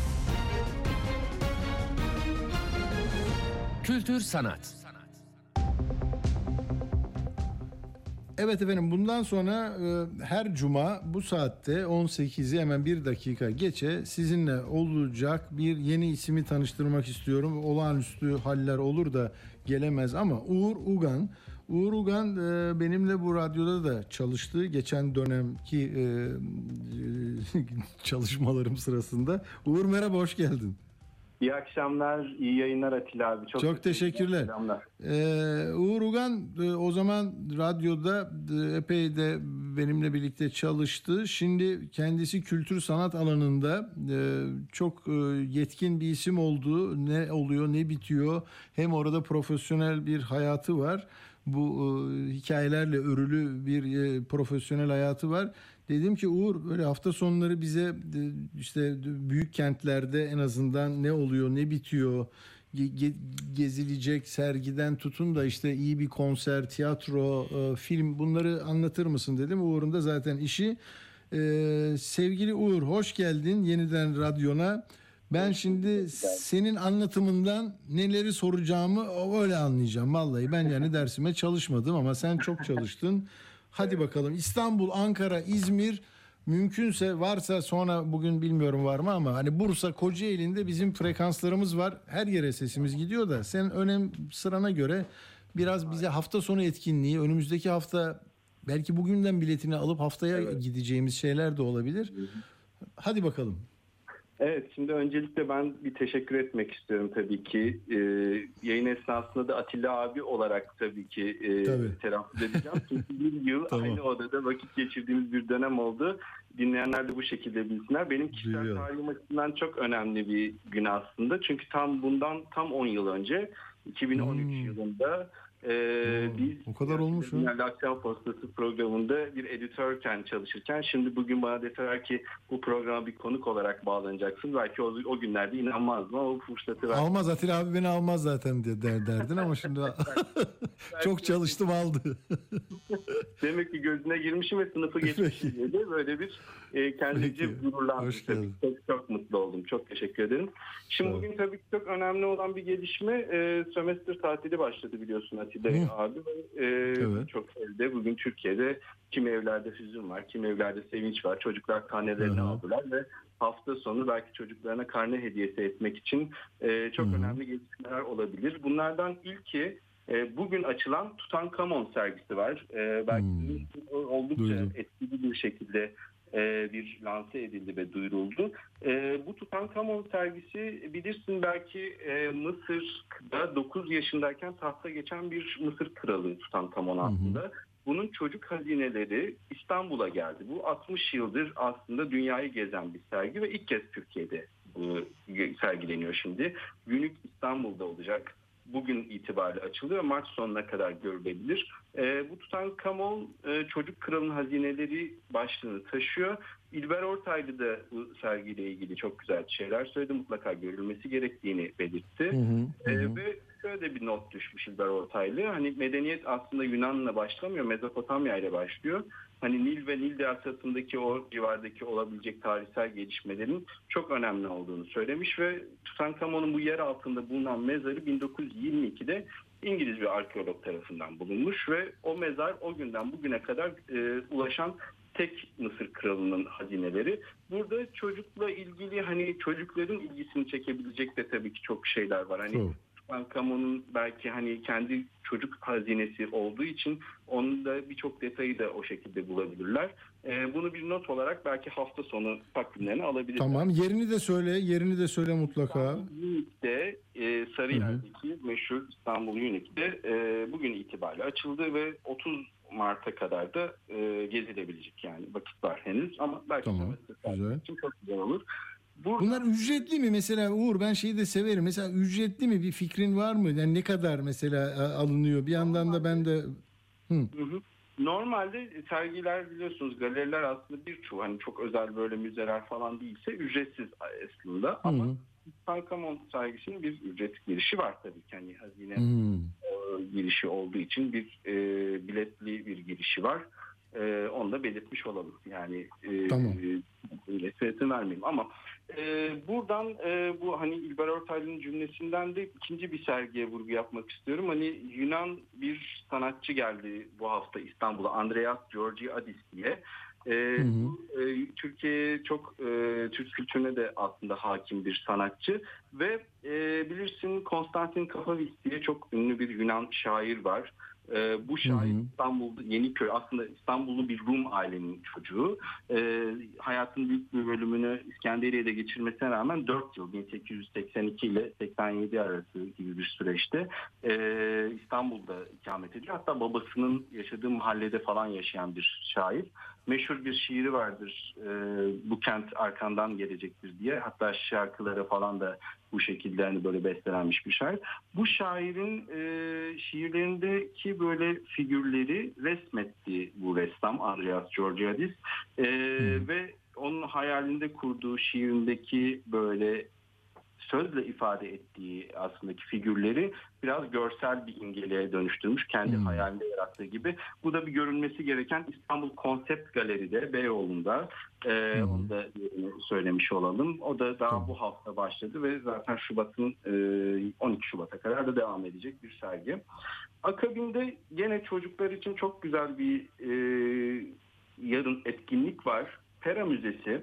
Kültür sanat. Evet efendim, bundan sonra e, her cuma bu saatte on sekizi hemen bir dakika geçe sizinle olacak bir yeni ismi tanıştırmak istiyorum. Olağanüstü haller olur da gelemez ama Uğur Ugan. Uğur Ugan e, benimle bu radyoda da çalıştı. Geçen dönemki e, e, çalışmalarım sırasında. Uğur merhaba, hoş geldin. İyi akşamlar, iyi yayınlar Atilla abi. Çok, Çok teşekkürler. Ee, Uğur Ugan e, o zaman radyoda e, epey de benimle birlikte çalıştı. Şimdi kendisi kültür sanat alanında e, çok e, yetkin bir isim oldu. Ne oluyor, ne bitiyor. Hem orada profesyonel bir hayatı var. Bu e, hikayelerle örülü bir e, profesyonel hayatı var. Dedim ki Uğur, böyle hafta sonları bize işte büyük kentlerde en azından ne oluyor, ne bitiyor, ge- gezilecek sergiden tutun da işte iyi bir konser, tiyatro, film, bunları anlatır mısın dedim. Uğur'un da zaten işi. Ee, sevgili Uğur, hoş geldin yeniden radyona. Ben şimdi senin anlatımından neleri soracağımı öyle anlayacağım. Vallahi ben yani dersime çalışmadım ama sen çok çalıştın. Hadi bakalım, İstanbul, Ankara, İzmir, mümkünse varsa sonra, bugün bilmiyorum var mı ama hani Bursa, Kocaeli'nde bizim frekanslarımız var. Her yere sesimiz gidiyor da sen önem sırana göre biraz bize hafta sonu etkinliği, önümüzdeki hafta belki bugünden biletini alıp haftaya evet. gideceğimiz şeyler de olabilir. Hadi bakalım. Evet, şimdi öncelikle ben bir teşekkür etmek istiyorum tabii ki. Ee, yayın esnasında da Atilla abi olarak tabii ki e, telaffuz edeceğim. Çünkü bir yıl tamam. aynı odada vakit geçirdiğimiz bir dönem oldu. Dinleyenler de bu şekilde bilsinler. Benim kişisel Biliyorum. tarihim açısından çok önemli bir gün aslında. Çünkü tam bundan tam on yıl önce iki bin on üç hmm. yılında Ee, Hmm, biz o kadar olmuş mu? yani Akşam Postası programında bir editörken çalışırken şimdi bugün bana deseler ki bu programa bir konuk olarak bağlanacaksın. Belki o, o günlerde inanmazdım ama o fırsatı verdim. Almaz Atilla abi beni almaz zaten diye der, derdin ama şimdi çok çalıştım aldı. Demek ki gözüne girmişim ve sınıfı geçmişim diye de böyle bir e, kendince gururlandım. Çok, çok mutlu oldum. Çok teşekkür ederim. Şimdi evet. Bugün tabii ki çok önemli olan bir gelişme. E, sömestr tatili başladı biliyorsun Atilla Hı. abi. E, evet. Çok evde. Bugün Türkiye'de kimi evlerde hüzün var, kimi evlerde sevinç var. Çocuklar karnelerini Hı. aldılar ve hafta sonu belki çocuklarına karne hediyesi etmek için e, çok Hı. önemli gelişmeler olabilir. Bunlardan ilki e, bugün açılan Tutankamon sergisi var. E, belki hmm. oldukça Duydum. etkili bir şekilde e, bir lanse edildi ve duyuruldu. E, bu Tutankamon sergisi bilirsin belki e, Mısır'da dokuz yaşındayken tahta geçen bir Mısır kralı Tutankamon aslında. Hmm. Bunun çocuk hazineleri İstanbul'a geldi. Bu altmış yıldır aslında dünyayı gezen bir sergi ve ilk kez Türkiye'de bu sergileniyor şimdi. Günlük İstanbul'da olacak. Bugün itibariyle açılıyor. Mart sonuna kadar görülebilir. E, bu Tutankamon e, Çocuk Kralın Hazineleri başlığını taşıyor. İlber Ortaylı da bu sergiyle ilgili çok güzel şeyler söyledi. Mutlaka görülmesi gerektiğini belirtti. Hı hı, e, hı. Ve şöyle bir not düşmüş İlber Ortaylı. Hani medeniyet aslında Yunan'la başlamıyor, Mezopotamya ile başlıyor. Hani Nil ve Nil deltasındaki o civardaki olabilecek tarihsel gelişmelerin çok önemli olduğunu söylemiş ve Tutankamon'un bu yer altında bulunan mezarı bin dokuz yüz yirmi ikide İngiliz bir arkeolog tarafından bulunmuş ve o mezar o günden bugüne kadar e, ulaşan tek Mısır kralının hazineleri. Burada çocukla ilgili hani çocukların ilgisini çekebilecek de tabii ki çok şeyler var. Hani oh. Tutankamon'un belki hani kendi çocuk hazinesi olduğu için onun da birçok detayı da o şekilde bulabilirler. Ee, bunu bir not olarak belki hafta sonu takvimlerine alabilirler. Tamam, yerini de söyle, yerini de söyle mutlaka. İstanbul Unique'de e, Sarıyer'deki meşhur İstanbul Unique'de e, bugün itibariyle açıldı ve otuz Mart'a kadar da e, gezilebilecek yani vakit var henüz ama belki tamam, güzel. için çok güzel olur. Burada... Bunlar ücretli mi? Mesela Uğur ben şeyi de severim. Mesela ücretli mi? Bir fikrin var mı? Yani ne kadar mesela alınıyor? Bir yandan da ben de... Hı. Hı hı. Normalde sergiler biliyorsunuz galeriler aslında birçoğu hani çok özel böyle müzeler falan değilse ücretsiz aslında ama Tutankamon sergisinin bir ücret girişi var tabii ki hani hazine hmm. girişi olduğu için bir e, biletli bir girişi var. E, onu da belirtmiş olalım. Yani e, tamam. e, fiyatını vermeyeyim ama e, buradan e, bu hani İlber Ortaylı'nın cümlesinden de ikinci bir sergiye vurgu yapmak istiyorum. Hani Yunan bir sanatçı geldi bu hafta İstanbul'a, Andreas Georgiadis diye. E, hı hı. E, Türkiye'ye çok e, Türk kültürüne de aslında hakim bir sanatçı ve e, bilirsin Konstantin Kapavis diye çok ünlü bir Yunan şair var. Ee, bu şair İstanbul'da Yeniköy aslında İstanbullu bir Rum ailenin çocuğu. Ee, hayatının büyük bir bölümünü İskenderiye'de geçirmesine rağmen dört yıl bin sekiz yüz seksen iki ile seksen yedi arası gibi bir süreçte e, İstanbul'da ikamet ediyor. Hatta babasının yaşadığı mahallede falan yaşayan bir şair. Meşhur bir şiiri vardır. E, bu kent arkandan gelecektir diye. Hatta şarkılara falan da bu şekilde hani böyle bestelenmiş bir şair. Bu şairin e, şiirlerindeki böyle figürleri resmetti bu ressam Andreas Georgiadis. E, hmm. Ve onun hayalinde kurduğu şiirindeki böyle sözle ifade ettiği aslındaki figürleri biraz görsel bir imgeliğe dönüştürmüş. Kendi hmm. hayalinde yarattığı gibi. Bu da bir görülmesi gereken İstanbul Konsept Galeri'de Beyoğlu'nda e, hmm. onu da söylemiş olalım. O da daha hmm. bu hafta başladı ve zaten Şubat'ın e, on iki Şubat'a kadar da devam edecek bir sergi. Akabinde gene çocuklar için çok güzel bir e, yarın etkinlik var. Pera Müzesi.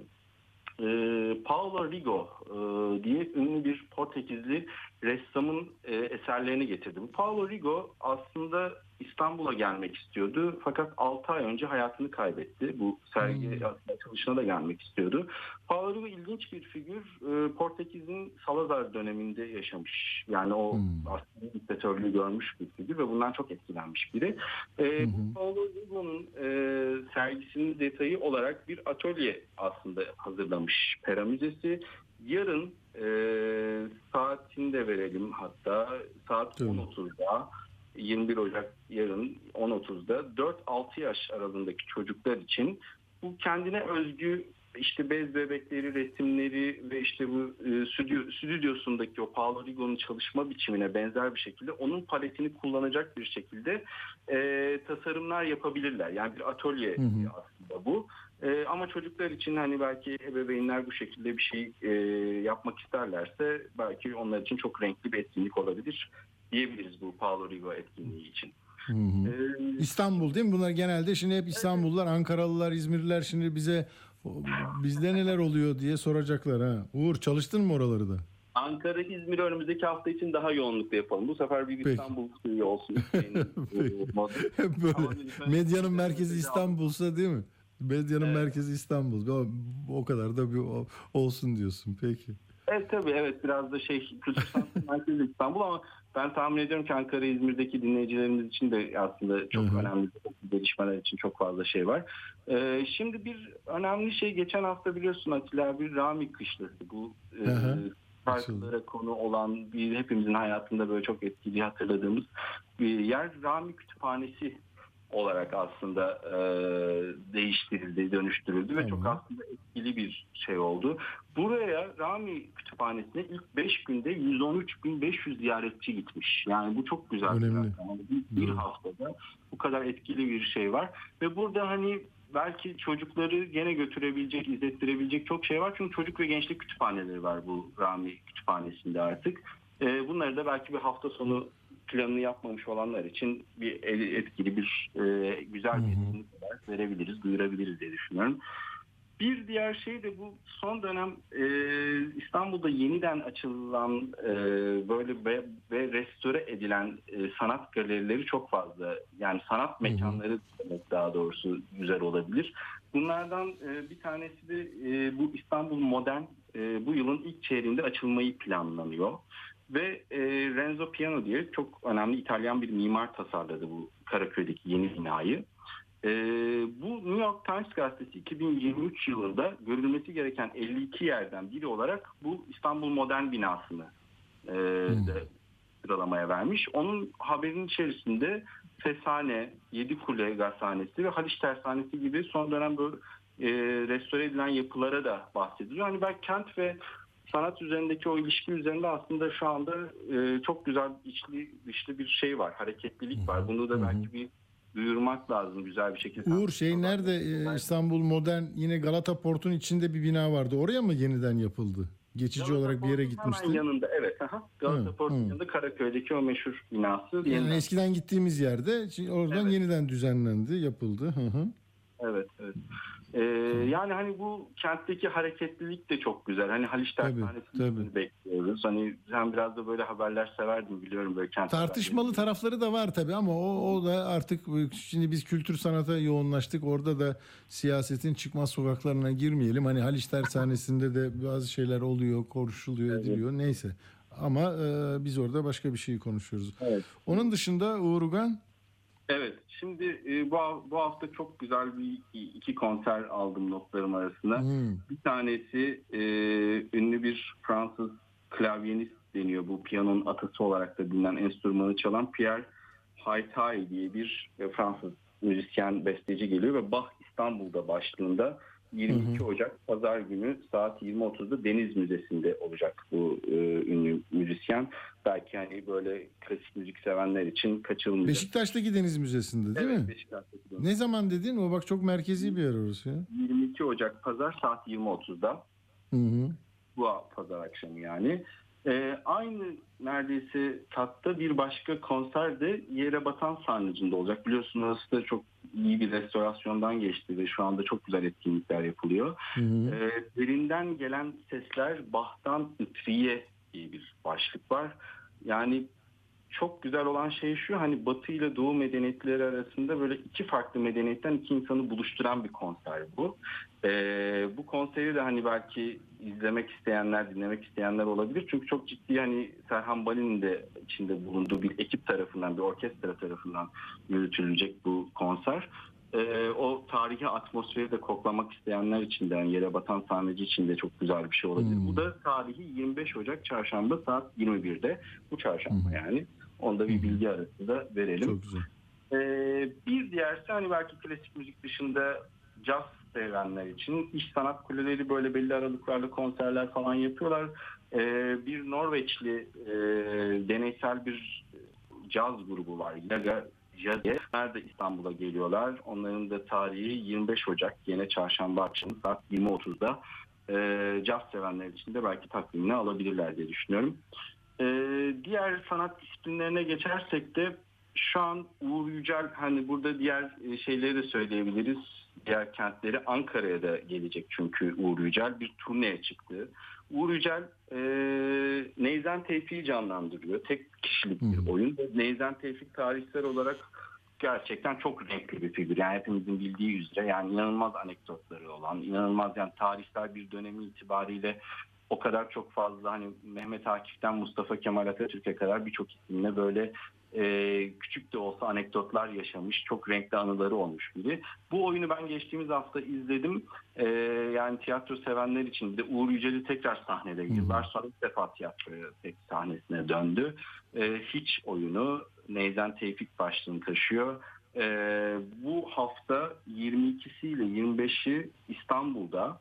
Ee, Paulo Rigo e, diye ünlü bir Portekizli ressamın e, eserlerini getirdi. Bu Paulo Rigo aslında İstanbul'a gelmek istiyordu fakat altı ay önce hayatını kaybetti. Bu sergi hmm. açılışına da gelmek istiyordu. Paulo Rigo ilginç bir figür. E, Portekiz'in Salazar döneminde yaşamış. Yani o hmm. aslında diktatörlüğü görmüş bir figür ve bundan çok etkilenmiş biri. E, hmm. Bu Paulo Rigo'nun e, sergisinin detayı olarak bir atölye aslında hazırlamış Pera Müzesi. Yarın e, saatini de verelim hatta saat on otuzda yirmi bir Ocak yarın on otuzda dört altı yaş aralığındaki çocuklar için bu kendine özgü işte bez bebekleri, resimleri ve işte bu e, stüdyo, stüdyosundaki o Paolo Rigo'nun çalışma biçimine benzer bir şekilde onun paletini kullanacak bir şekilde e, tasarımlar yapabilirler. Yani bir atölye hı hı. aslında bu. E, ama çocuklar için hani belki ebeveynler bu şekilde bir şey e, yapmak isterlerse belki onlar için çok renkli bir etkinlik olabilir diyebiliriz bu Paolo Rigo etkinliği için. Hı hı. Ee, İstanbul değil mi? Bunlar genelde şimdi hep İstanbullular, evet. Ankaralılar, İzmirliler şimdi bize bizde neler oluyor diye soracaklar ha. Uğur çalıştın mı oraları da? Ankara, İzmir önümüzdeki hafta için daha yoğunlukla yapalım. Bu sefer bir İstanbul suyu olsun. Böyle medyanın merkezi İstanbul'sa değil mi? Medyanın evet. merkezi İstanbul. O, o kadar da bir olsun diyorsun. Peki. Evet tabii evet biraz da şey kültür sanatı merkezi İstanbul ama ben tahmin ediyorum ki Ankara, İzmir'deki dinleyicilerimiz için de aslında çok Hı-hı. önemli gelişmeler için çok fazla şey var. Ee, şimdi bir önemli şey geçen hafta biliyorsun Atilla abi Rami Kışlası bu e, şarkılara konu olan bir hepimizin hayatında böyle çok etkili hatırladığımız bir yer Rami Kütüphanesi olarak aslında e, değiştirildi, dönüştürüldü ve Hı-hı. çok aslında etkili bir şey oldu. Buraya Rami Kütüphanesi'ne ilk beş günde yüz on üç bin beş yüz ziyaretçi gitmiş. Yani bu çok güzel Önemli. bir rakam. Bir, bir haftada bu kadar etkili bir şey var. Ve burada hani belki çocukları gene götürebilecek, izlettirebilecek çok şey var. Çünkü çocuk ve gençlik kütüphaneleri var bu Rami Kütüphanesi'nde artık. E, bunları da belki bir hafta sonu planını yapmamış olanlar için bir etkili bir e, güzel bir etkinlik olarak verebiliriz, duyurabiliriz diye düşünüyorum. Bir diğer şey de bu son dönem e, İstanbul'da yeniden açılan e, böyle ve, ve restore edilen e, sanat galerileri çok fazla. Yani sanat mekanları demek daha doğrusu güzel olabilir. Bunlardan e, bir tanesi de e, bu İstanbul Modern e, bu yılın ilk çeyreğinde açılmayı planlanıyor. Ve e, Renzo Piano diye çok önemli İtalyan bir mimar tasarladı bu Karaköy'deki yeni binayı. E, bu New York Times gazetesi iki bin yirmi üç yılında görülmesi gereken elli iki yerden biri olarak bu İstanbul Modern binasını e, hmm. de sıralamaya vermiş. Onun haberinin içerisinde Fesane, Yedikule Gazhanesi ve Haliç Tersanesi gibi son dönem böyle e, restore edilen yapılara da bahsediliyor. Hani belki kent ve sanat üzerindeki o ilişki üzerinde aslında şu anda e, çok güzel içli dışlı bir şey var, hareketlilik var. Bunu da belki bir duyurmak lazım güzel bir şekilde. Uğur şey nerede e, İstanbul Modern yine Galata Port'un içinde bir bina vardı. Oraya mı yeniden yapıldı? Geçici Galata olarak bir yere gitmişti. Hemen yanında evet. Aha. Galata Port'un yanında Karaköy'deki o meşhur binası. Yani yeniden. Eskiden gittiğimiz yerde oradan evet. yeniden düzenlendi, yapıldı. Hı hı. Evet, evet. Ee, yani hani bu kentteki hareketlilik de çok güzel. Hani Haliç Tersanesi'ni bekliyoruz. Hani sen biraz da böyle haberler severdin biliyorum böyle kent. Tartışmalı haberleri. Tarafları da var tabii ama o, o da artık şimdi biz kültür sanata yoğunlaştık. Orada da siyasetin çıkmaz sokaklarına girmeyelim. Hani Haliç Tersanesi'nde de bazı şeyler oluyor, konuşuluyor, evet. ediliyor. Neyse. Ama e, biz orada başka bir şey konuşuyoruz. Evet. Onun dışında Uğur Ugan. Evet, şimdi e, bu bu hafta çok güzel bir iki konser aldım notlarım arasında. Hmm. Bir tanesi e, ünlü bir Fransız klavyenist deniyor. Bu piyanonun atası olarak da bilinen enstrümanı çalan Pierre Haytay diye bir e, Fransız müzisyen, besteci geliyor ve Bach İstanbul'da başlığında yirmi iki Ocak Pazar günü saat yirmi otuzda Deniz Müzesi'nde olacak bu e, ünlü müzisyen. Belki hani böyle klasik müzik sevenler için kaçırılmayacak. Beşiktaş'taki Deniz Müzesi'nde değil evet, mi? Beşiktaş'taki. Ne zaman dedin? O bak çok merkezi bir yer orası ya. yirmi iki Ocak Pazar saat yirmi otuzda. Hı hı. Bu pazar akşamı yani. Ee, aynı neredeyse tatta bir başka konser de Yere Batan Sarnıcı'nda olacak. Biliyorsunuz orası da çok iyi bir restorasyondan geçti ve şu anda çok güzel etkinlikler yapılıyor. Hı hı. Ee, derinden gelen sesler Bach'tan Itriye diye bir başlık var. Yani çok güzel olan şey şu, hani Batı ile Doğu medeniyetleri arasında böyle iki farklı medeniyetten iki insanı buluşturan bir konser bu. Ee, bu konseri de hani belki izlemek isteyenler, dinlemek isteyenler olabilir. Çünkü çok ciddi hani Serhan Bali'nin de içinde bulunduğu bir ekip tarafından, bir orkestra tarafından yürütülecek bu konser. Ee, o tarihi atmosferi de koklamak isteyenler için de yani Yere Batan Sarnıcı için de çok güzel bir şey olabilir. Hmm. Bu da tarihi yirmi beş Ocak Çarşamba saat yirmi birde. Bu çarşamba hmm. yani. Onda bir bilgi arası da verelim. Çok güzel. Ee, bir diğerse hani belki klasik müzik dışında caz sevenler için İş Sanat Kuleleri böyle belli aralıklarla konserler falan yapıyorlar. Ee, bir Norveçli e, deneysel bir caz grubu var. Yaga Jazz. Onlar da İstanbul'a geliyorlar. Onların da tarihi yirmi beş Ocak yine çarşamba akşamı saat yirmi otuzda. Ee, caz sevenler için de belki takvimini alabilirler diye düşünüyorum. Ee, diğer sanat disiplinlerine geçersek de şu an Uğur Yücel, hani burada diğer şeyleri de söyleyebiliriz. Diğer kentleri, Ankara'ya da gelecek çünkü Uğur Yücel bir turneye çıktı. Uğur Yücel e, Neyzen Tevfik'i canlandırıyor. Tek kişilik bir oyun. Neyzen Tevfik tarihsel olarak gerçekten çok renkli bir figür. Yani hepimizin bildiği üzere, yani inanılmaz anekdotları olan, inanılmaz yani tarihsel bir dönemi itibariyle o kadar çok fazla, hani Mehmet Akif'ten Mustafa Kemal Atatürk'e kadar birçok isimle böyle e, küçük de olsa anekdotlar yaşamış, çok renkli anıları olmuş biri. Bu oyunu ben geçtiğimiz hafta izledim. E, yani tiyatro sevenler için bir de Uğur Yücel'i tekrar sahnede, yıllar sonra ilk defa tiyatroya tek sahnesine döndü. E, Hiç oyunu Neyzen Tevfik başlığını taşıyor. Ee, bu hafta yirmi ikisi ile yirmi beşi İstanbul'da,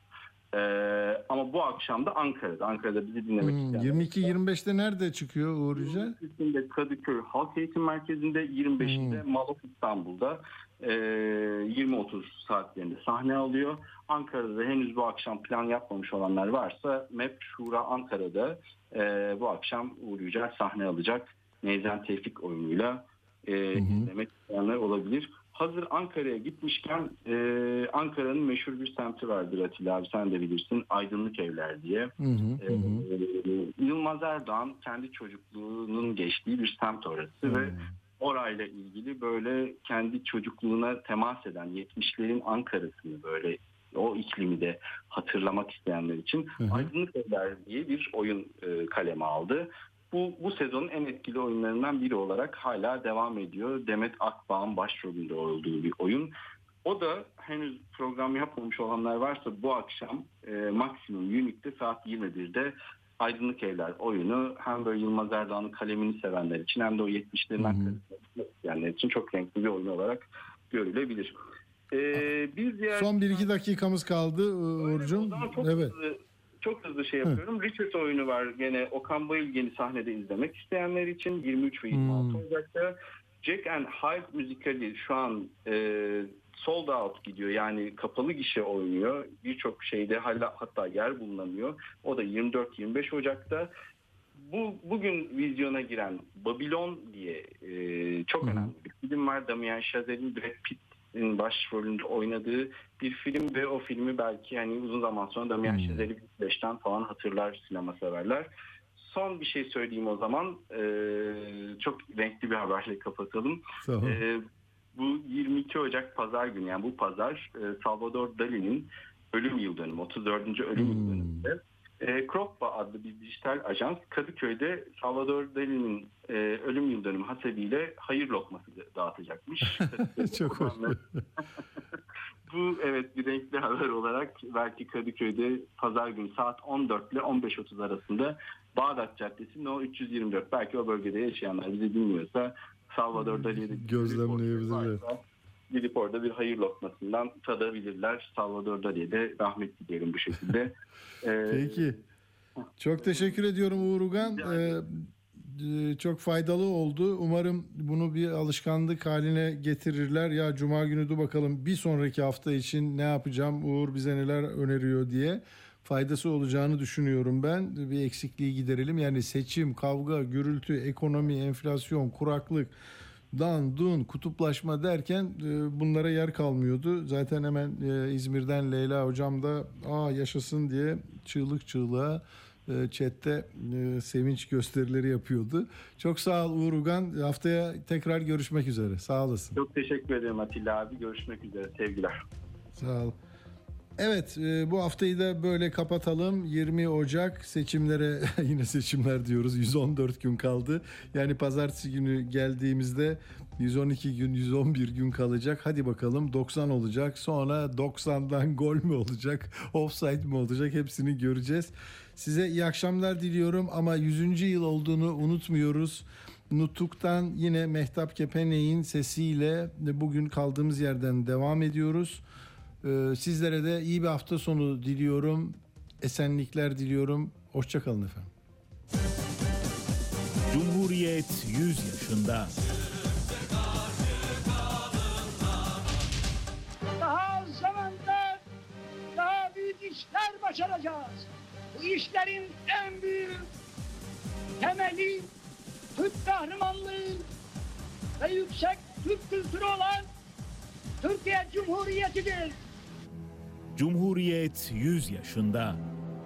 ee, ama bu akşam da Ankara'da. Ankara'da bizi dinlemek hmm, isteyen. yirmi iki yirmi beşte nerede çıkıyor Uğur Yücel? yirmi ikisinde Kadıköy Halk Eğitim Merkezi'nde, yirmi beşinde hmm. Malof İstanbul'da ee, yirmi otuz saatlerinde sahne alıyor. Ankara'da henüz bu akşam plan yapmamış olanlar varsa M E P Şura Ankara'da ee, bu akşam Uğur Yücel sahne alacak. Neyzen Tevfik oyunuyla e, izlemek isteyenler olabilir. Hazır Ankara'ya gitmişken e, Ankara'nın meşhur bir semti vardır Atilla abi, sen de bilirsin, Aydınlık Evler diye. Hı hı, e, hı. Yılmaz Erdoğan kendi çocukluğunun geçtiği bir semt orası hı. ve orayla ilgili böyle kendi çocukluğuna temas eden yetmişlerin Ankara'sını, böyle o iklimi de hatırlamak isteyenler için hı hı. Aydınlık Evler diye bir oyun e, kaleme aldı. Bu, bu sezonun en etkili oyunlarından biri olarak hala devam ediyor. Demet Akbağ'ın başrolünde olduğu bir oyun. O da henüz program yapmamış olanlar varsa bu akşam e, Maksimum Unique'de saat yirmi birde Aydınlık Evler oyunu hem böyle Yılmaz Erdoğan'ın kalemini sevenler için hem de o yetmişlerin Ankara'sını isteyenler için çok renkli bir oyun olarak görülebilir. Ee, bir diğer... Son bir iki dakikamız kaldı Uğur'cum. Evet. Hızlı, çok hızlı şey yapıyorum. Hı. Richard oyunu var. Gene Okan Bayülgen'i sahnede izlemek isteyenler için yirmi üç ve yirmi altı hmm. Ocak'ta. Jack and Hyde müzikali şu an e, sold out gidiyor. Yani kapalı gişe oynuyor. Birçok şeyde hala, hatta yer bulunamıyor. O da yirmi dört yirmi beş Ocak'ta. Bu bugün vizyona giren Babylon diye e, çok hmm. önemli bir film var. Damien Chazelle'in Brad Pitt'in başrolünde oynadığı bir film ve o filmi belki yani uzun zaman sonra Damien hmm. Chazelle'i beşten falan hatırlar sinema severler. Son bir şey söyleyeyim o zaman. Ee, çok renkli bir haberle kapatalım. Ee, bu yirmi iki Ocak Pazar günü, yani bu pazar e, Salvador Dali'nin ölüm yıl dönümü, otuz dördüncü ölüm hmm. yıl dönümünde. E, Kroppa adlı bir dijital ajans Kadıköy'de Salvador Dali'nin e, ölüm yıl dönümü hasebiyle hayır lokması dağıtacakmış. Çok hoş. Bu evet bir renkli haber olarak belki Kadıköy'de pazar günü saat on dört ile on beş otuz arasında Bağdat Caddesi No üç yüz yirmi dört, belki o bölgede yaşayanlar bizi bilmiyorsa Salvador Dali'de gözlemleyebilirler. Gidip orada bir hayır lokmasından tadabilirler. Salvador Dali'ye de rahmet dilerim bu şekilde. Ee, Peki. Çok teşekkür ediyorum Uğur Ugan. Ee, çok faydalı oldu. Umarım bunu bir alışkanlık haline getirirler. Ya Cuma günü de bakalım bir sonraki hafta için ne yapacağım, Uğur bize neler öneriyor diye. Faydası olacağını düşünüyorum ben. Bir eksikliği giderelim. Yani seçim, kavga, gürültü, ekonomi, enflasyon, kuraklık, dan, dun, kutuplaşma derken bunlara yer kalmıyordu. Zaten hemen İzmir'den Leyla hocam da aa yaşasın diye çığlık çığlığa chatte sevinç gösterileri yapıyordu. Çok sağ ol Uğur Ugan. Haftaya tekrar görüşmek üzere. Sağ olasın. Çok teşekkür ederim Atilla abi. Görüşmek üzere. Sevgiler. Sağ ol. Evet, bu haftayı da böyle kapatalım. yirmi Ocak seçimlere, yine seçimler diyoruz, yüz on dört gün kaldı. Yani pazartesi günü geldiğimizde yüz on iki gün, yüz on bir gün kalacak. Hadi bakalım doksan olacak. Sonra doksandan gol mü olacak, offside mi olacak, hepsini göreceğiz. Size iyi akşamlar diliyorum ama yüzüncü yıl olduğunu unutmuyoruz. Nutuk'tan yine Mehtap Kepenek'in sesiyle de bugün kaldığımız yerden devam ediyoruz. Ee, sizlere de iyi bir hafta sonu diliyorum. Esenlikler diliyorum. Hoşça kalın efendim. Cumhuriyet yüz yaşında. Daha zamanda daha büyük işler başaracağız. Bu işlerin en büyük temeli Türk kahramanlığı ve yüksek Türk kültürü olan Türkiye Cumhuriyeti'dir. Cumhuriyet yüz yaşında.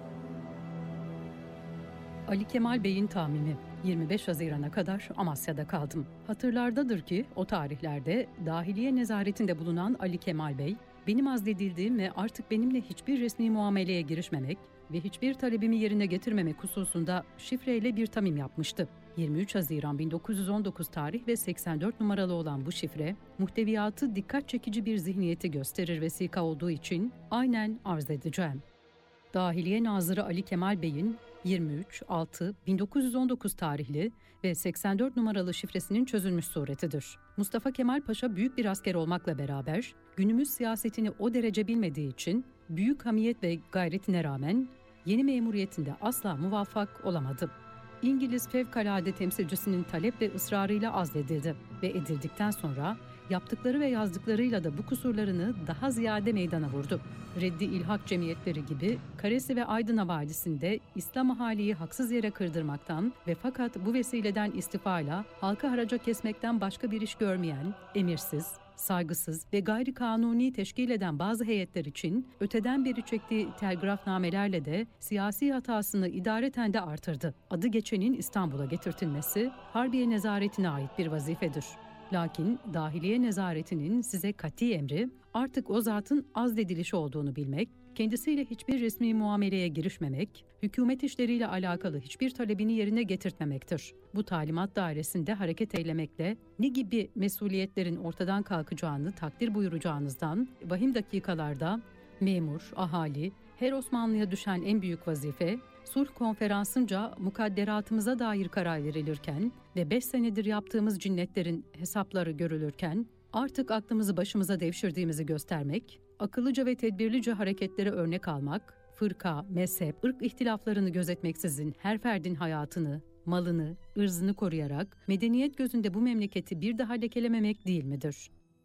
Ali Kemal Bey'in tahmini. yirmi beş Haziran'a kadar Amasya'da kaldım. Hatırlardadır ki o tarihlerde dahiliye nezaretinde bulunan Ali Kemal Bey, benim azledildiğim ve artık benimle hiçbir resmi muameleye girişmemek ve hiçbir talebimi yerine getirmemek hususunda şifreyle bir tamim yapmıştı. yirmi üç Haziran bin dokuz yüz on dokuz tarih ve seksen dört numaralı olan bu şifre, muhteviyatı dikkat çekici bir zihniyeti gösterir vesika olduğu için aynen arz edeceğim. Dahiliye Nazırı Ali Kemal Bey'in yirmi üç altı bin dokuz yüz on dokuz tarihli ve seksen dört numaralı şifresinin çözülmüş suretidir. Mustafa Kemal Paşa büyük bir asker olmakla beraber günümüz siyasetini o derece bilmediği için büyük hamiyet ve gayretine rağmen yeni memuriyetinde asla muvaffak olamadı. İngiliz fevkalade temsilcisinin talep ve ısrarıyla azledildi ve edildikten sonra yaptıkları ve yazdıklarıyla da bu kusurlarını daha ziyade meydana vurdu. Reddi İlhak cemiyetleri gibi Karesi ve Aydın Havalisi'nde İslam ahaliyi haksız yere kırdırmaktan ve fakat bu vesileden istifayla halka haraca kesmekten başka bir iş görmeyen, emirsiz, saygısız ve gayri kanuni teşkil eden bazı heyetler için öteden beri çektiği telgrafnamelerle de siyasi hatasını idareten de artırdı. Adı geçenin İstanbul'a getirtilmesi Harbiye Nezaretine ait bir vazifedir. Lakin dahiliye nezaretinin size kati emri artık o zatın azledilişi olduğunu bilmek, kendisiyle hiçbir resmi muameleye girişmemek, hükümet işleriyle alakalı hiçbir talebini yerine getirtmemektir. Bu talimat dairesinde hareket eylemekle ne gibi mesuliyetlerin ortadan kalkacağını takdir buyuracağınızdan vahim dakikalarda memur, ahali, her Osmanlı'ya düşen en büyük vazife, sulh konferansınca mukadderatımıza dair karar verilirken ve beş senedir yaptığımız cinnetlerin hesapları görülürken artık aklımızı başımıza devşirdiğimizi göstermek, akıllıca ve tedbirlice hareketlere örnek almak, fırka, mezhep, ırk ihtilaflarını gözetmeksizin her ferdin hayatını, malını, ırzını koruyarak medeniyet gözünde bu memleketi bir daha lekelememek değil midir?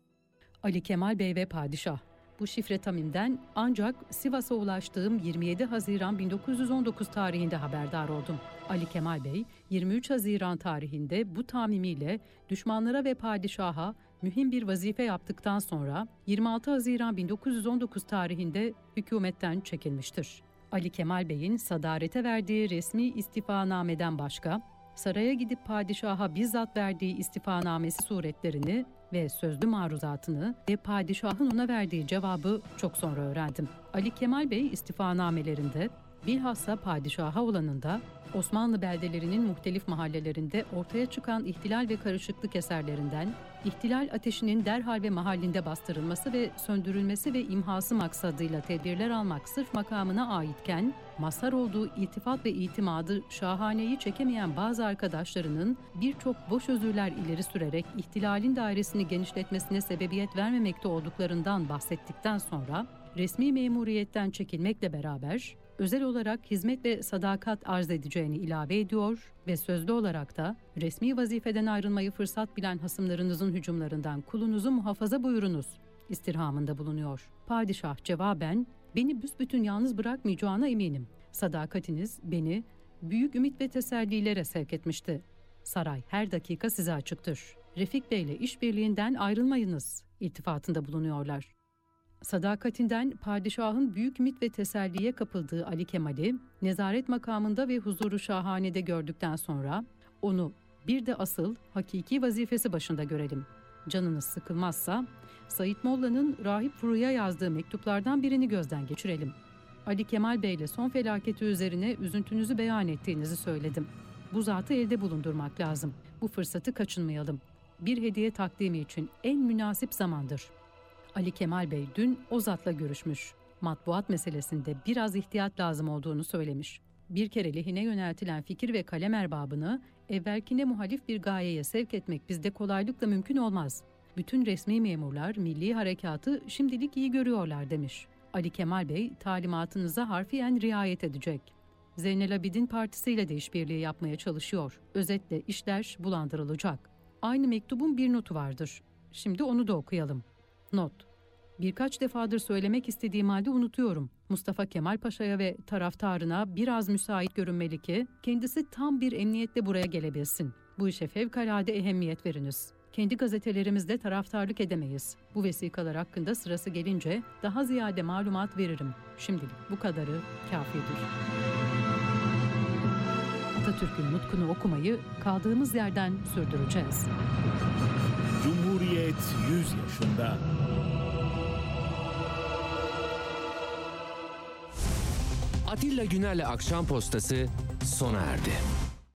Ali Kemal Bey ve Padişah. Bu şifre tamimden ancak Sivas'a ulaştığım yirmi yedi Haziran bin dokuz yüz on dokuz tarihinde haberdar oldum. Ali Kemal Bey yirmi üç Haziran tarihinde bu tamimiyle düşmanlara ve padişaha mühim bir vazife yaptıktan sonra yirmi altı Haziran bin dokuz yüz on dokuz tarihinde hükümetten çekilmiştir. Ali Kemal Bey'in sadarete verdiği resmi istifanameden başka, saraya gidip padişaha bizzat verdiği istifanamesi suretlerini ve sözlü maruzatını ve padişahın ona verdiği cevabı çok sonra öğrendim. Ali Kemal Bey istifanamelerinde, bilhassa padişaha olanında, Osmanlı beldelerinin muhtelif mahallelerinde ortaya çıkan ihtilal ve karışıklık eserlerinden, ihtilal ateşinin derhal ve mahallinde bastırılması ve söndürülmesi ve imhası maksadıyla tedbirler almak sırf makamına aitken, mazhar olduğu iltifat ve itimadı şahaneyi çekemeyen bazı arkadaşlarının birçok boş özürler ileri sürerek ihtilalin dairesini genişletmesine sebebiyet vermemekte olduklarından bahsettikten sonra, resmi memuriyetten çekilmekle beraber, özel olarak hizmet ve sadakat arz edeceğini ilave ediyor ve sözlü olarak da resmi vazifeden ayrılmayı fırsat bilen hasımlarınızın hücumlarından kulunuzu muhafaza buyurunuz istirhamında bulunuyor. Padişah cevaben, beni büsbütün yalnız bırakmayacağına eminim. Sadakatiniz beni büyük ümit ve tesellilere sevk etmişti. Saray her dakika size açıktır. Refik Bey ile işbirliğinden ayrılmayınız iltifatında bulunuyorlar. Sadakatinden padişahın büyük ümit ve teselliye kapıldığı Ali Kemal'i nezaret makamında ve huzuru şahanede gördükten sonra onu bir de asıl hakiki vazifesi başında görelim. Canınız sıkılmazsa Said Molla'nın Rahip Furu'ya yazdığı mektuplardan birini gözden geçirelim. Ali Kemal Bey ile son felaketi üzerine üzüntünüzü beyan ettiğinizi söyledim. Bu zatı elde bulundurmak lazım. Bu fırsatı kaçınmayalım. Bir hediye takdimi için en münasip zamandır. Ali Kemal Bey dün o zatla görüşmüş. Matbuat meselesinde biraz ihtiyat lazım olduğunu söylemiş. Bir kere lehine yöneltilen fikir ve kalem erbabını evvelkine muhalif bir gayeye sevk etmek bizde kolaylıkla mümkün olmaz. Bütün resmi memurlar milli harekatı şimdilik iyi görüyorlar demiş. Ali Kemal Bey talimatınıza harfiyen riayet edecek. Zeynel Abidin Partisi ile de işbirliği yapmaya çalışıyor. Özetle işler bulandırılacak. Aynı mektubun bir notu vardır. Şimdi onu da okuyalım. Not. Birkaç defadır söylemek istediğim halde unutuyorum. Mustafa Kemal Paşa'ya ve taraftarına biraz müsait görünmeli ki kendisi tam bir emniyetle buraya gelebilsin. Bu işe fevkalade ehemmiyet veriniz. Kendi gazetelerimizde taraftarlık edemeyiz. Bu vesikalar hakkında sırası gelince daha ziyade malumat veririm. Şimdilik bu kadarı kafidir. Atatürk'ün nutkunu okumayı kaldığımız yerden sürdüreceğiz. Cumhuriyet yüz yaşında. Atilla Güner'le Akşam Postası sona erdi.